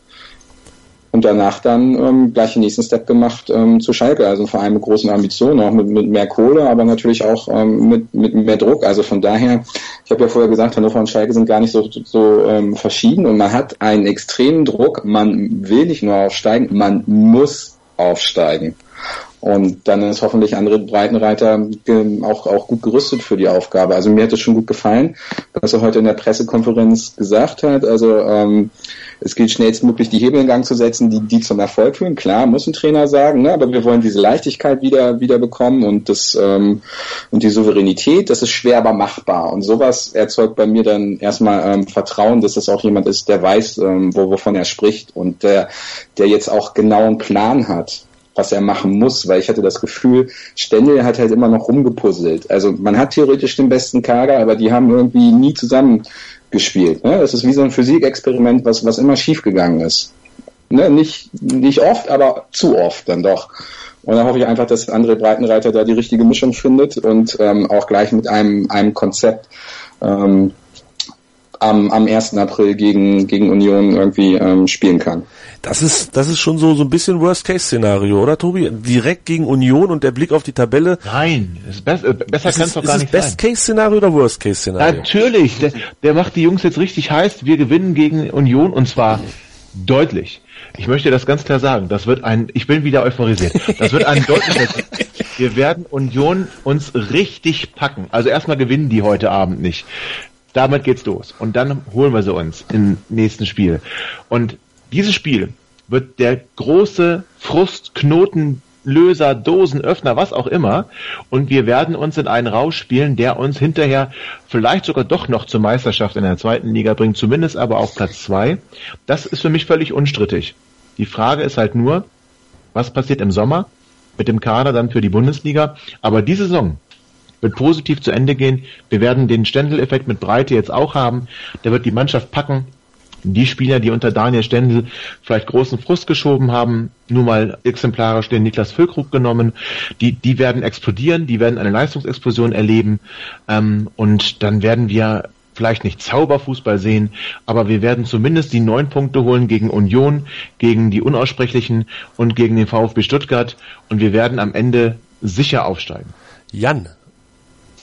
Und danach dann ähm, gleich den nächsten Step gemacht ähm, zu Schalke, also ein Verein mit großen Ambitionen, auch mit, mit mehr Kohle, aber natürlich auch ähm, mit, mit mehr Druck. Also von daher, ich habe ja vorher gesagt, Hannover und Schalke sind gar nicht so, so ähm, verschieden und man hat einen extremen Druck. Man will nicht nur aufsteigen, man muss aufsteigen. Und dann ist hoffentlich André Breitenreiter auch, auch gut gerüstet für die Aufgabe. Also mir hat es schon gut gefallen, was er heute in der Pressekonferenz gesagt hat. Also ähm, es gilt schnellstmöglich die Hebel in Gang zu setzen, die, die zum Erfolg führen. Klar, muss ein Trainer sagen, ne? Aber wir wollen diese Leichtigkeit wieder, wieder bekommen und das ähm, und die Souveränität, das ist schwer, aber machbar. Und sowas erzeugt bei mir dann erstmal ähm, Vertrauen, dass das auch jemand ist, der weiß, ähm, wo, wovon er spricht und der, der jetzt auch genau einen Plan hat, was er machen muss, weil ich hatte das Gefühl, Stendel hat halt immer noch rumgepuzzelt. Also man hat theoretisch den besten Kader, aber die haben irgendwie nie zusammen gespielt. Ne? Das ist wie so ein Physikexperiment, was, was immer schief gegangen ist. Ne? Nicht, nicht oft, aber zu oft dann doch. Und da hoffe ich einfach, dass André Breitenreiter da die richtige Mischung findet und ähm, auch gleich mit einem, einem Konzept ähm, am, am ersten April gegen, gegen Union irgendwie ähm, spielen kann. Das ist, das ist schon so, so ein bisschen Worst-Case-Szenario, oder Tobi? Direkt gegen Union und der Blick auf die Tabelle. Nein, ist be- äh, besser kann es doch gar nicht sein. Ist es Best-Case-Szenario oder Worst-Case-Szenario? Natürlich, der, der macht die Jungs jetzt richtig heiß. Wir gewinnen gegen Union und zwar deutlich. Ich möchte das ganz klar sagen. Das wird ein, ich bin wieder euphorisiert. Das wird ein deutlicher Sieg. Wir werden Union uns richtig packen. Also erstmal gewinnen die heute Abend nicht. Damit geht's los. Und dann holen wir sie uns im nächsten Spiel. Und dieses Spiel wird der große Frustknotenlöser, Dosenöffner, was auch immer. Und wir werden uns in einen Rausch spielen, der uns hinterher vielleicht sogar doch noch zur Meisterschaft in der zweiten Liga bringt, zumindest aber auf Platz zwei. Das ist für mich völlig unstrittig. Die Frage ist halt nur, was passiert im Sommer mit dem Kader dann für die Bundesliga. Aber diese Saison wird positiv zu Ende gehen. Wir werden den Stendel-Effekt mit Breite jetzt auch haben. Der wird die Mannschaft packen. Die Spieler, die unter Daniel Stendel vielleicht großen Frust geschoben haben, nur mal exemplarisch den Niklas Füllkrug genommen, die, die werden explodieren, die werden eine Leistungsexplosion erleben, ähm, und dann werden wir vielleicht nicht Zauberfußball sehen, aber wir werden zumindest die neun Punkte holen gegen Union, gegen die Unaussprechlichen und gegen den VfB Stuttgart und wir werden am Ende sicher aufsteigen. Jan,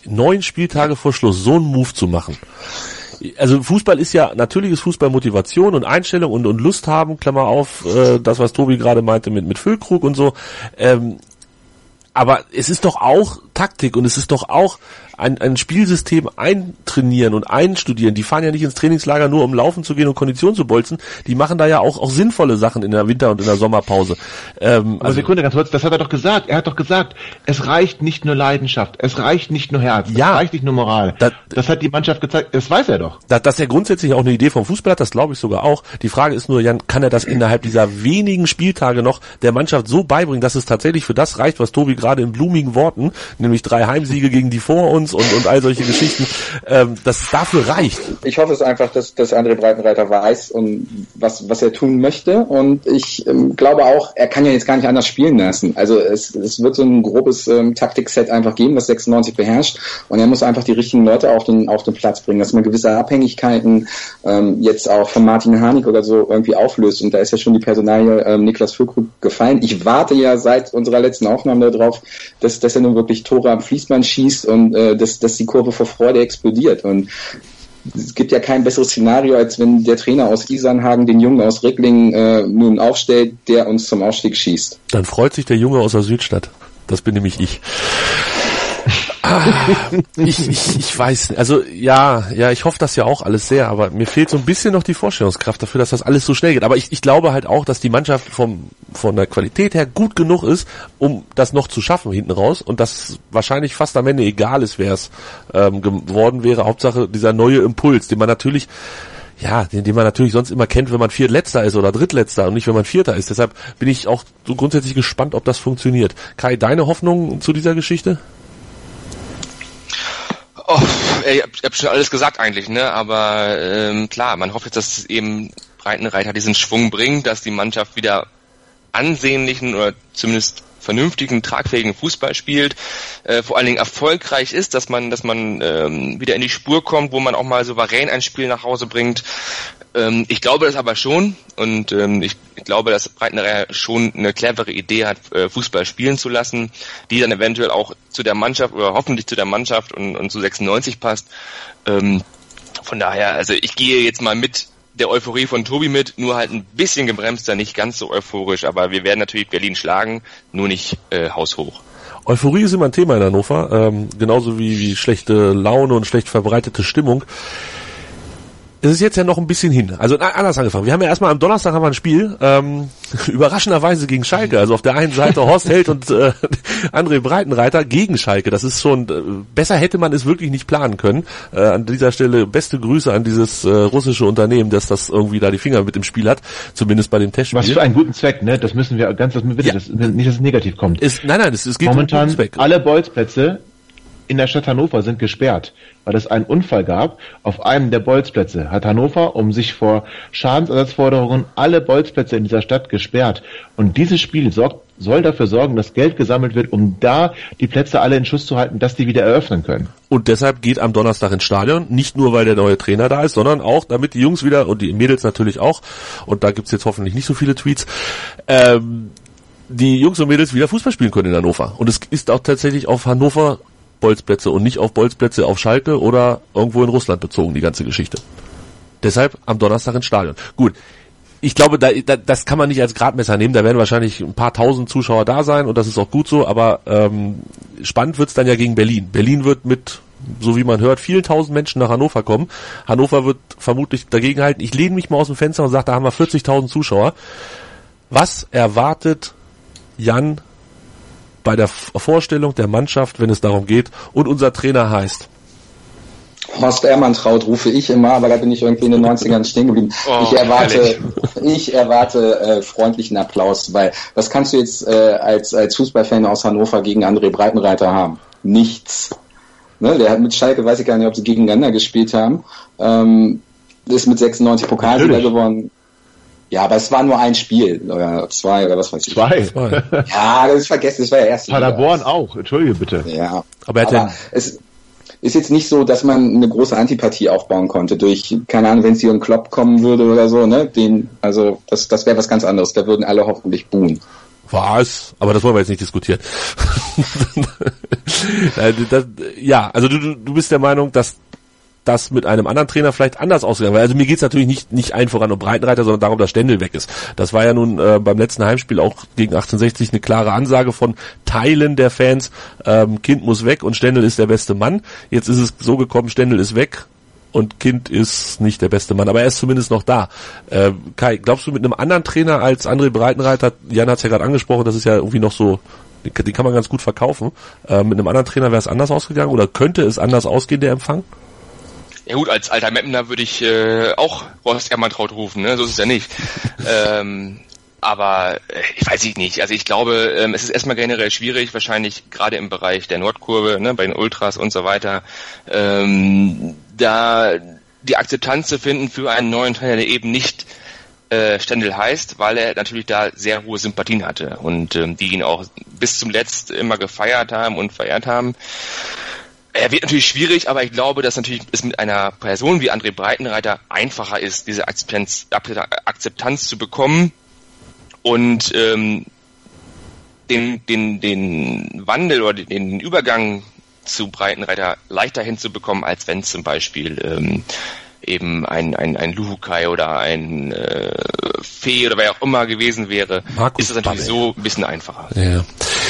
neun Spieltage vor Schluss so einen Move zu machen. Also Fußball ist ja, natürlich ist Fußball Motivation und Einstellung und, und Lust haben, Klammer auf, äh, das, was Tobi gerade meinte mit, mit Füllkrug und so, ähm, aber es ist doch auch Taktik und es ist doch auch ein, ein Spielsystem eintrainieren und einstudieren. Die fahren ja nicht ins Trainingslager nur, um laufen zu gehen und Kondition zu bolzen. Die machen da ja auch, auch sinnvolle Sachen in der Winter- und in der Sommerpause. Ähm, Aber also, Sekunde, ganz kurz, das hat er doch gesagt. Er hat doch gesagt, es reicht nicht nur Leidenschaft, es reicht nicht nur Herz, ja, es reicht nicht nur Moral. Das, das hat die Mannschaft gezeigt, das weiß er doch. Da, dass er grundsätzlich auch eine Idee vom Fußball hat, das glaube ich sogar auch. Die Frage ist nur, Jan, kann er das innerhalb dieser wenigen Spieltage noch der Mannschaft so beibringen, dass es tatsächlich für das reicht, was Tobi gerade in blumigen Worten, nämlich drei Heimsiege gegen die vor uns und, und all solche Geschichten, ähm, dass es dafür reicht. Ich hoffe es einfach, dass, dass André Breitenreiter weiß und was, was er tun möchte, und ich ähm, glaube auch, er kann ja jetzt gar nicht anders spielen lassen. Also es, es wird so ein grobes ähm, Taktikset einfach geben, das sechsundneunzig beherrscht, und er muss einfach die richtigen Leute auf den, auf den Platz bringen, dass man gewisse Abhängigkeiten ähm, jetzt auch von Martin Harnik oder so irgendwie auflöst, und da ist ja schon die Personalie ähm, Niklas Füllkrug gefallen. Ich warte ja seit unserer letzten Aufnahme darauf, dass, dass er nun wirklich Tore am Fließband schießt und äh, dass, dass die Kurve vor Freude explodiert. Und es gibt ja kein besseres Szenario, als wenn der Trainer aus Isernhagen den Jungen aus Ricklingen äh, nun aufstellt, der uns zum Aufstieg schießt. Dann freut sich der Junge aus der Südstadt. Das bin nämlich ich. Ah, ich, ich, ich weiß, also ja, ja, ich hoffe das ja auch alles sehr, aber mir fehlt so ein bisschen noch die Vorstellungskraft dafür, dass das alles so schnell geht. Aber ich, ich glaube halt auch, dass die Mannschaft vom, von der Qualität her gut genug ist, um das noch zu schaffen hinten raus, und dass wahrscheinlich fast am Ende egal ist, wer es ähm, geworden wäre. Hauptsache dieser neue Impuls, den man natürlich ja, den, den man natürlich sonst immer kennt, wenn man Viertletzter ist oder Drittletzter und nicht, wenn man Vierter ist. Deshalb bin ich auch so grundsätzlich gespannt, ob das funktioniert. Kai, deine Hoffnung zu dieser Geschichte? Oh, ich hab, ich hab schon alles gesagt eigentlich, ne? Aber ähm, klar, man hofft jetzt, dass eben Breitenreiter diesen Schwung bringt, dass die Mannschaft wieder ansehnlichen oder zumindest vernünftigen, tragfähigen Fußball spielt, äh, vor allen Dingen erfolgreich ist, dass man, dass man ähm, wieder in die Spur kommt, wo man auch mal souverän ein Spiel nach Hause bringt. Ähm, ich glaube das aber schon, und ähm, ich, ich glaube, dass Breitenreiter schon eine clevere Idee hat, äh, Fußball spielen zu lassen, die dann eventuell auch zu der Mannschaft oder hoffentlich zu der Mannschaft und, und zu sechsundneunzig passt. Ähm, von daher, also ich gehe jetzt mal mit der Euphorie von Tobi mit, nur halt ein bisschen gebremster, nicht ganz so euphorisch, aber wir werden natürlich Berlin schlagen, nur nicht äh, haushoch. Euphorie ist immer ein Thema in Hannover, ähm, genauso wie, wie schlechte Laune und schlecht verbreitete Stimmung. Es ist jetzt ja noch ein bisschen hin. Also na, anders angefangen. Wir haben ja erstmal am Donnerstag haben wir ein Spiel, ähm, überraschenderweise gegen Schalke. Also auf der einen Seite Horst Held und äh, André Breitenreiter gegen Schalke. Das ist schon, äh, besser hätte man es wirklich nicht planen können. Äh, an dieser Stelle beste Grüße an dieses äh, russische Unternehmen, das das irgendwie da die Finger mit im Spiel hat. Zumindest bei dem Testspiel. Was für einen guten Zweck, ne? Das müssen wir ganz, das, bitte, ja. das, nicht, dass es negativ kommt. Ist, nein, nein, es, es geht momentan um den Zweck. Alle Bolzplätze in der Stadt Hannover sind gesperrt, weil es einen Unfall gab. Auf einem der Bolzplätze hat Hannover, um sich vor Schadensersatzforderungen, alle Bolzplätze in dieser Stadt gesperrt. Und dieses Spiel sorgt, soll dafür sorgen, dass Geld gesammelt wird, um da die Plätze alle in Schuss zu halten, dass die wieder eröffnen können. Und deshalb geht am Donnerstag ins Stadion, nicht nur, weil der neue Trainer da ist, sondern auch, damit die Jungs wieder, und die Mädels natürlich auch, und da gibt's jetzt hoffentlich nicht so viele Tweets, ähm, die Jungs und Mädels wieder Fußball spielen können in Hannover. Und es ist auch tatsächlich auf Hannover Bolzplätze und nicht auf Bolzplätze auf Schalke oder irgendwo in Russland bezogen, die ganze Geschichte. Deshalb am Donnerstag ins Stadion. Gut, ich glaube, da, da, das kann man nicht als Gradmesser nehmen, da werden wahrscheinlich ein paar tausend Zuschauer da sein und das ist auch gut so, aber ähm, spannend wird's dann ja gegen Berlin. Berlin wird mit, so wie man hört, vielen tausend Menschen nach Hannover kommen. Hannover wird vermutlich dagegen halten. Ich lehne mich mal aus dem Fenster und sage, da haben wir vierzigtausend Zuschauer. Was erwartet Jan bei der Vorstellung der Mannschaft, wenn es darum geht, und unser Trainer heißt? Horst Ermantraut rufe ich immer, aber da bin ich irgendwie in den neunzigern stehen geblieben. Oh, ich erwarte, ehrlich. ich erwarte äh, freundlichen Applaus, weil was kannst du jetzt äh, als als Fußballfan aus Hannover gegen André Breitenreiter haben? Nichts. Ne, der hat mit Schalke, weiß ich gar nicht, ob sie gegeneinander gespielt haben, ähm, ist mit sechsundneunzig Pokalsieger geworden. Ja, aber es war nur ein Spiel, oder zwei, oder was weiß ich. Zwei. Zwei. Ja, das ist vergessen, das war ja erst. Paderborn auch, entschuldige bitte. Ja. Aber, er hat aber es ist jetzt nicht so, dass man eine große Antipathie aufbauen konnte durch, keine Ahnung, wenn es hier um Klopp kommen würde oder so, ne, den, also, das, das wäre was ganz anderes, da würden alle hoffentlich buhen. Was? Aber das wollen wir jetzt nicht diskutieren. das, ja, also du, du bist der Meinung, dass das mit einem anderen Trainer vielleicht anders ausgegangen wäre. Also mir geht's natürlich nicht nicht ein voran um Breitenreiter, sondern darum, dass Stendel weg ist. Das war ja nun äh, beim letzten Heimspiel auch gegen achtzehnhundertsechzig eine klare Ansage von Teilen der Fans. Ähm, Kind muss weg und Stendel ist der beste Mann. Jetzt ist es so gekommen, Stendel ist weg und Kind ist nicht der beste Mann, aber er ist zumindest noch da. Äh, Kai, glaubst du mit einem anderen Trainer als André Breitenreiter, Jan hat's ja gerade angesprochen, das ist ja irgendwie noch so, die, die kann man ganz gut verkaufen. Äh, mit einem anderen Trainer wäre es anders ausgegangen oder könnte es anders ausgehen, der Empfang? Ja gut, als alter Mappener würde ich äh, auch Horst Ermantraut rufen, ne? So ist es ja nicht. ähm, aber äh, ich weiß ich nicht. Also ich glaube, ähm, es ist erstmal generell schwierig, wahrscheinlich gerade im Bereich der Nordkurve, ne, bei den Ultras und so weiter, ähm, da die Akzeptanz zu finden für einen neuen Trainer, der eben nicht äh, Stendel heißt, weil er natürlich da sehr hohe Sympathien hatte und ähm, die ihn auch bis zum Letzt immer gefeiert haben und verehrt haben. Er wird natürlich schwierig, aber ich glaube, dass natürlich es mit einer Person wie André Breitenreiter einfacher ist, diese Akzeptanz, Akzeptanz zu bekommen und ähm, den, den, den Wandel oder den Übergang zu Breitenreiter leichter hinzubekommen, als wenn zum Beispiel ähm, eben ein, ein, ein Luhukai oder ein äh, Fee oder wer auch immer gewesen wäre, Markus ist das natürlich Babbel. So ein bisschen einfacher. Ja.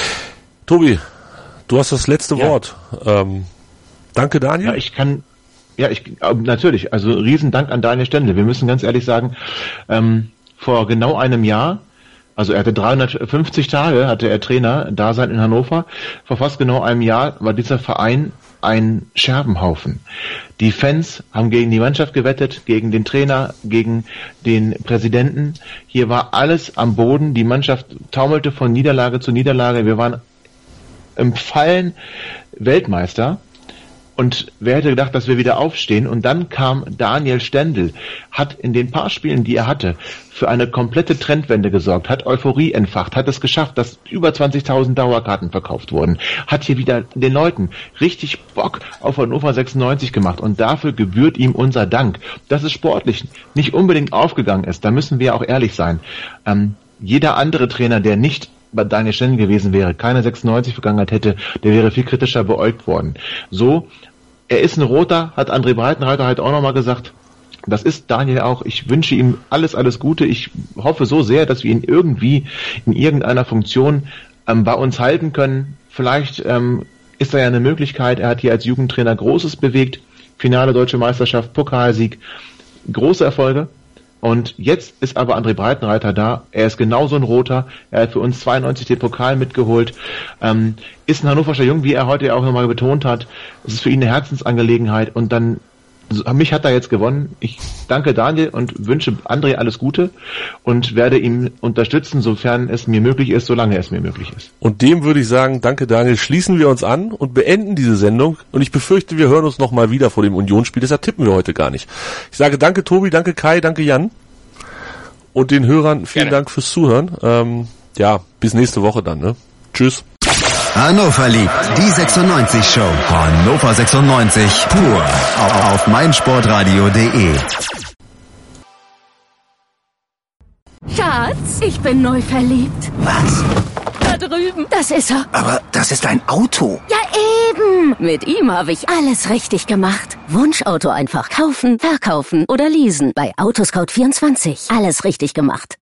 Tobi, du hast das letzte ja. Wort. Ähm, danke, Daniel. Ja, ich kann, ja, ich, natürlich, also Riesendank an Daniel Stendel. Wir müssen ganz ehrlich sagen, ähm, vor genau einem Jahr, also er hatte dreihundertfünfzig Tage, hatte er Trainer, Dasein in Hannover. Vor fast genau einem Jahr war dieser Verein ein Scherbenhaufen. Die Fans haben gegen die Mannschaft gewettet, gegen den Trainer, gegen den Präsidenten. Hier war alles am Boden. Die Mannschaft taumelte von Niederlage zu Niederlage. Wir waren im Fallen Weltmeister. Und wer hätte gedacht, dass wir wieder aufstehen? Und dann kam Daniel Stendel, hat in den paar Spielen, die er hatte, für eine komplette Trendwende gesorgt, hat Euphorie entfacht, hat es geschafft, dass über zwanzigtausend Dauerkarten verkauft wurden, hat hier wieder den Leuten richtig Bock auf Hannover sechsundneunzig gemacht und dafür gebührt ihm unser Dank. Dass es sportlich nicht unbedingt aufgegangen ist, da müssen wir auch ehrlich sein. Ähm, jeder andere Trainer, der nicht bei Daniel Stendel gewesen wäre, keine sechsundneunzig Vergangenheit hätte, der wäre viel kritischer beäugt worden. So, er ist ein Roter, hat André Breitenreiter halt auch nochmal gesagt. Das ist Daniel auch. Ich wünsche ihm alles, alles Gute. Ich hoffe so sehr, dass wir ihn irgendwie in irgendeiner Funktion ähm, bei uns halten können. Vielleicht ähm, ist da ja eine Möglichkeit. Er hat hier als Jugendtrainer Großes bewegt. Finale Deutsche Meisterschaft, Pokalsieg, große Erfolge. Und jetzt ist aber André Breitenreiter da. Er ist genauso ein Roter. Er hat für uns zweiundneunzig den Pokal mitgeholt. Ähm, ist ein hannoverscher Jung, wie er heute auch nochmal betont hat. Es ist für ihn eine Herzensangelegenheit. Und dann, mich hat er jetzt gewonnen. Ich danke Daniel und wünsche André alles Gute und werde ihn unterstützen, sofern es mir möglich ist, solange es mir möglich ist. Und dem würde ich sagen, danke Daniel, schließen wir uns an und beenden diese Sendung. Und ich befürchte, wir hören uns nochmal wieder vor dem Unionsspiel. Deshalb tippen wir heute gar nicht. Ich sage danke Tobi, danke Kai, danke Jan. Und den Hörern vielen Gerne. Dank fürs Zuhören. Ähm, ja, bis nächste Woche dann. Ne? Tschüss. Hannover liebt die sechsundneunzig Show. Hannover sechsundneunzig pur auf meinsportradio punkt de. Schatz, ich bin neu verliebt. Was? Da drüben. Das ist er. Aber das ist ein Auto. Ja, eben. Mit ihm habe ich alles richtig gemacht. Wunschauto einfach kaufen, verkaufen oder leasen. Bei Autoscout vierundzwanzig. Alles richtig gemacht.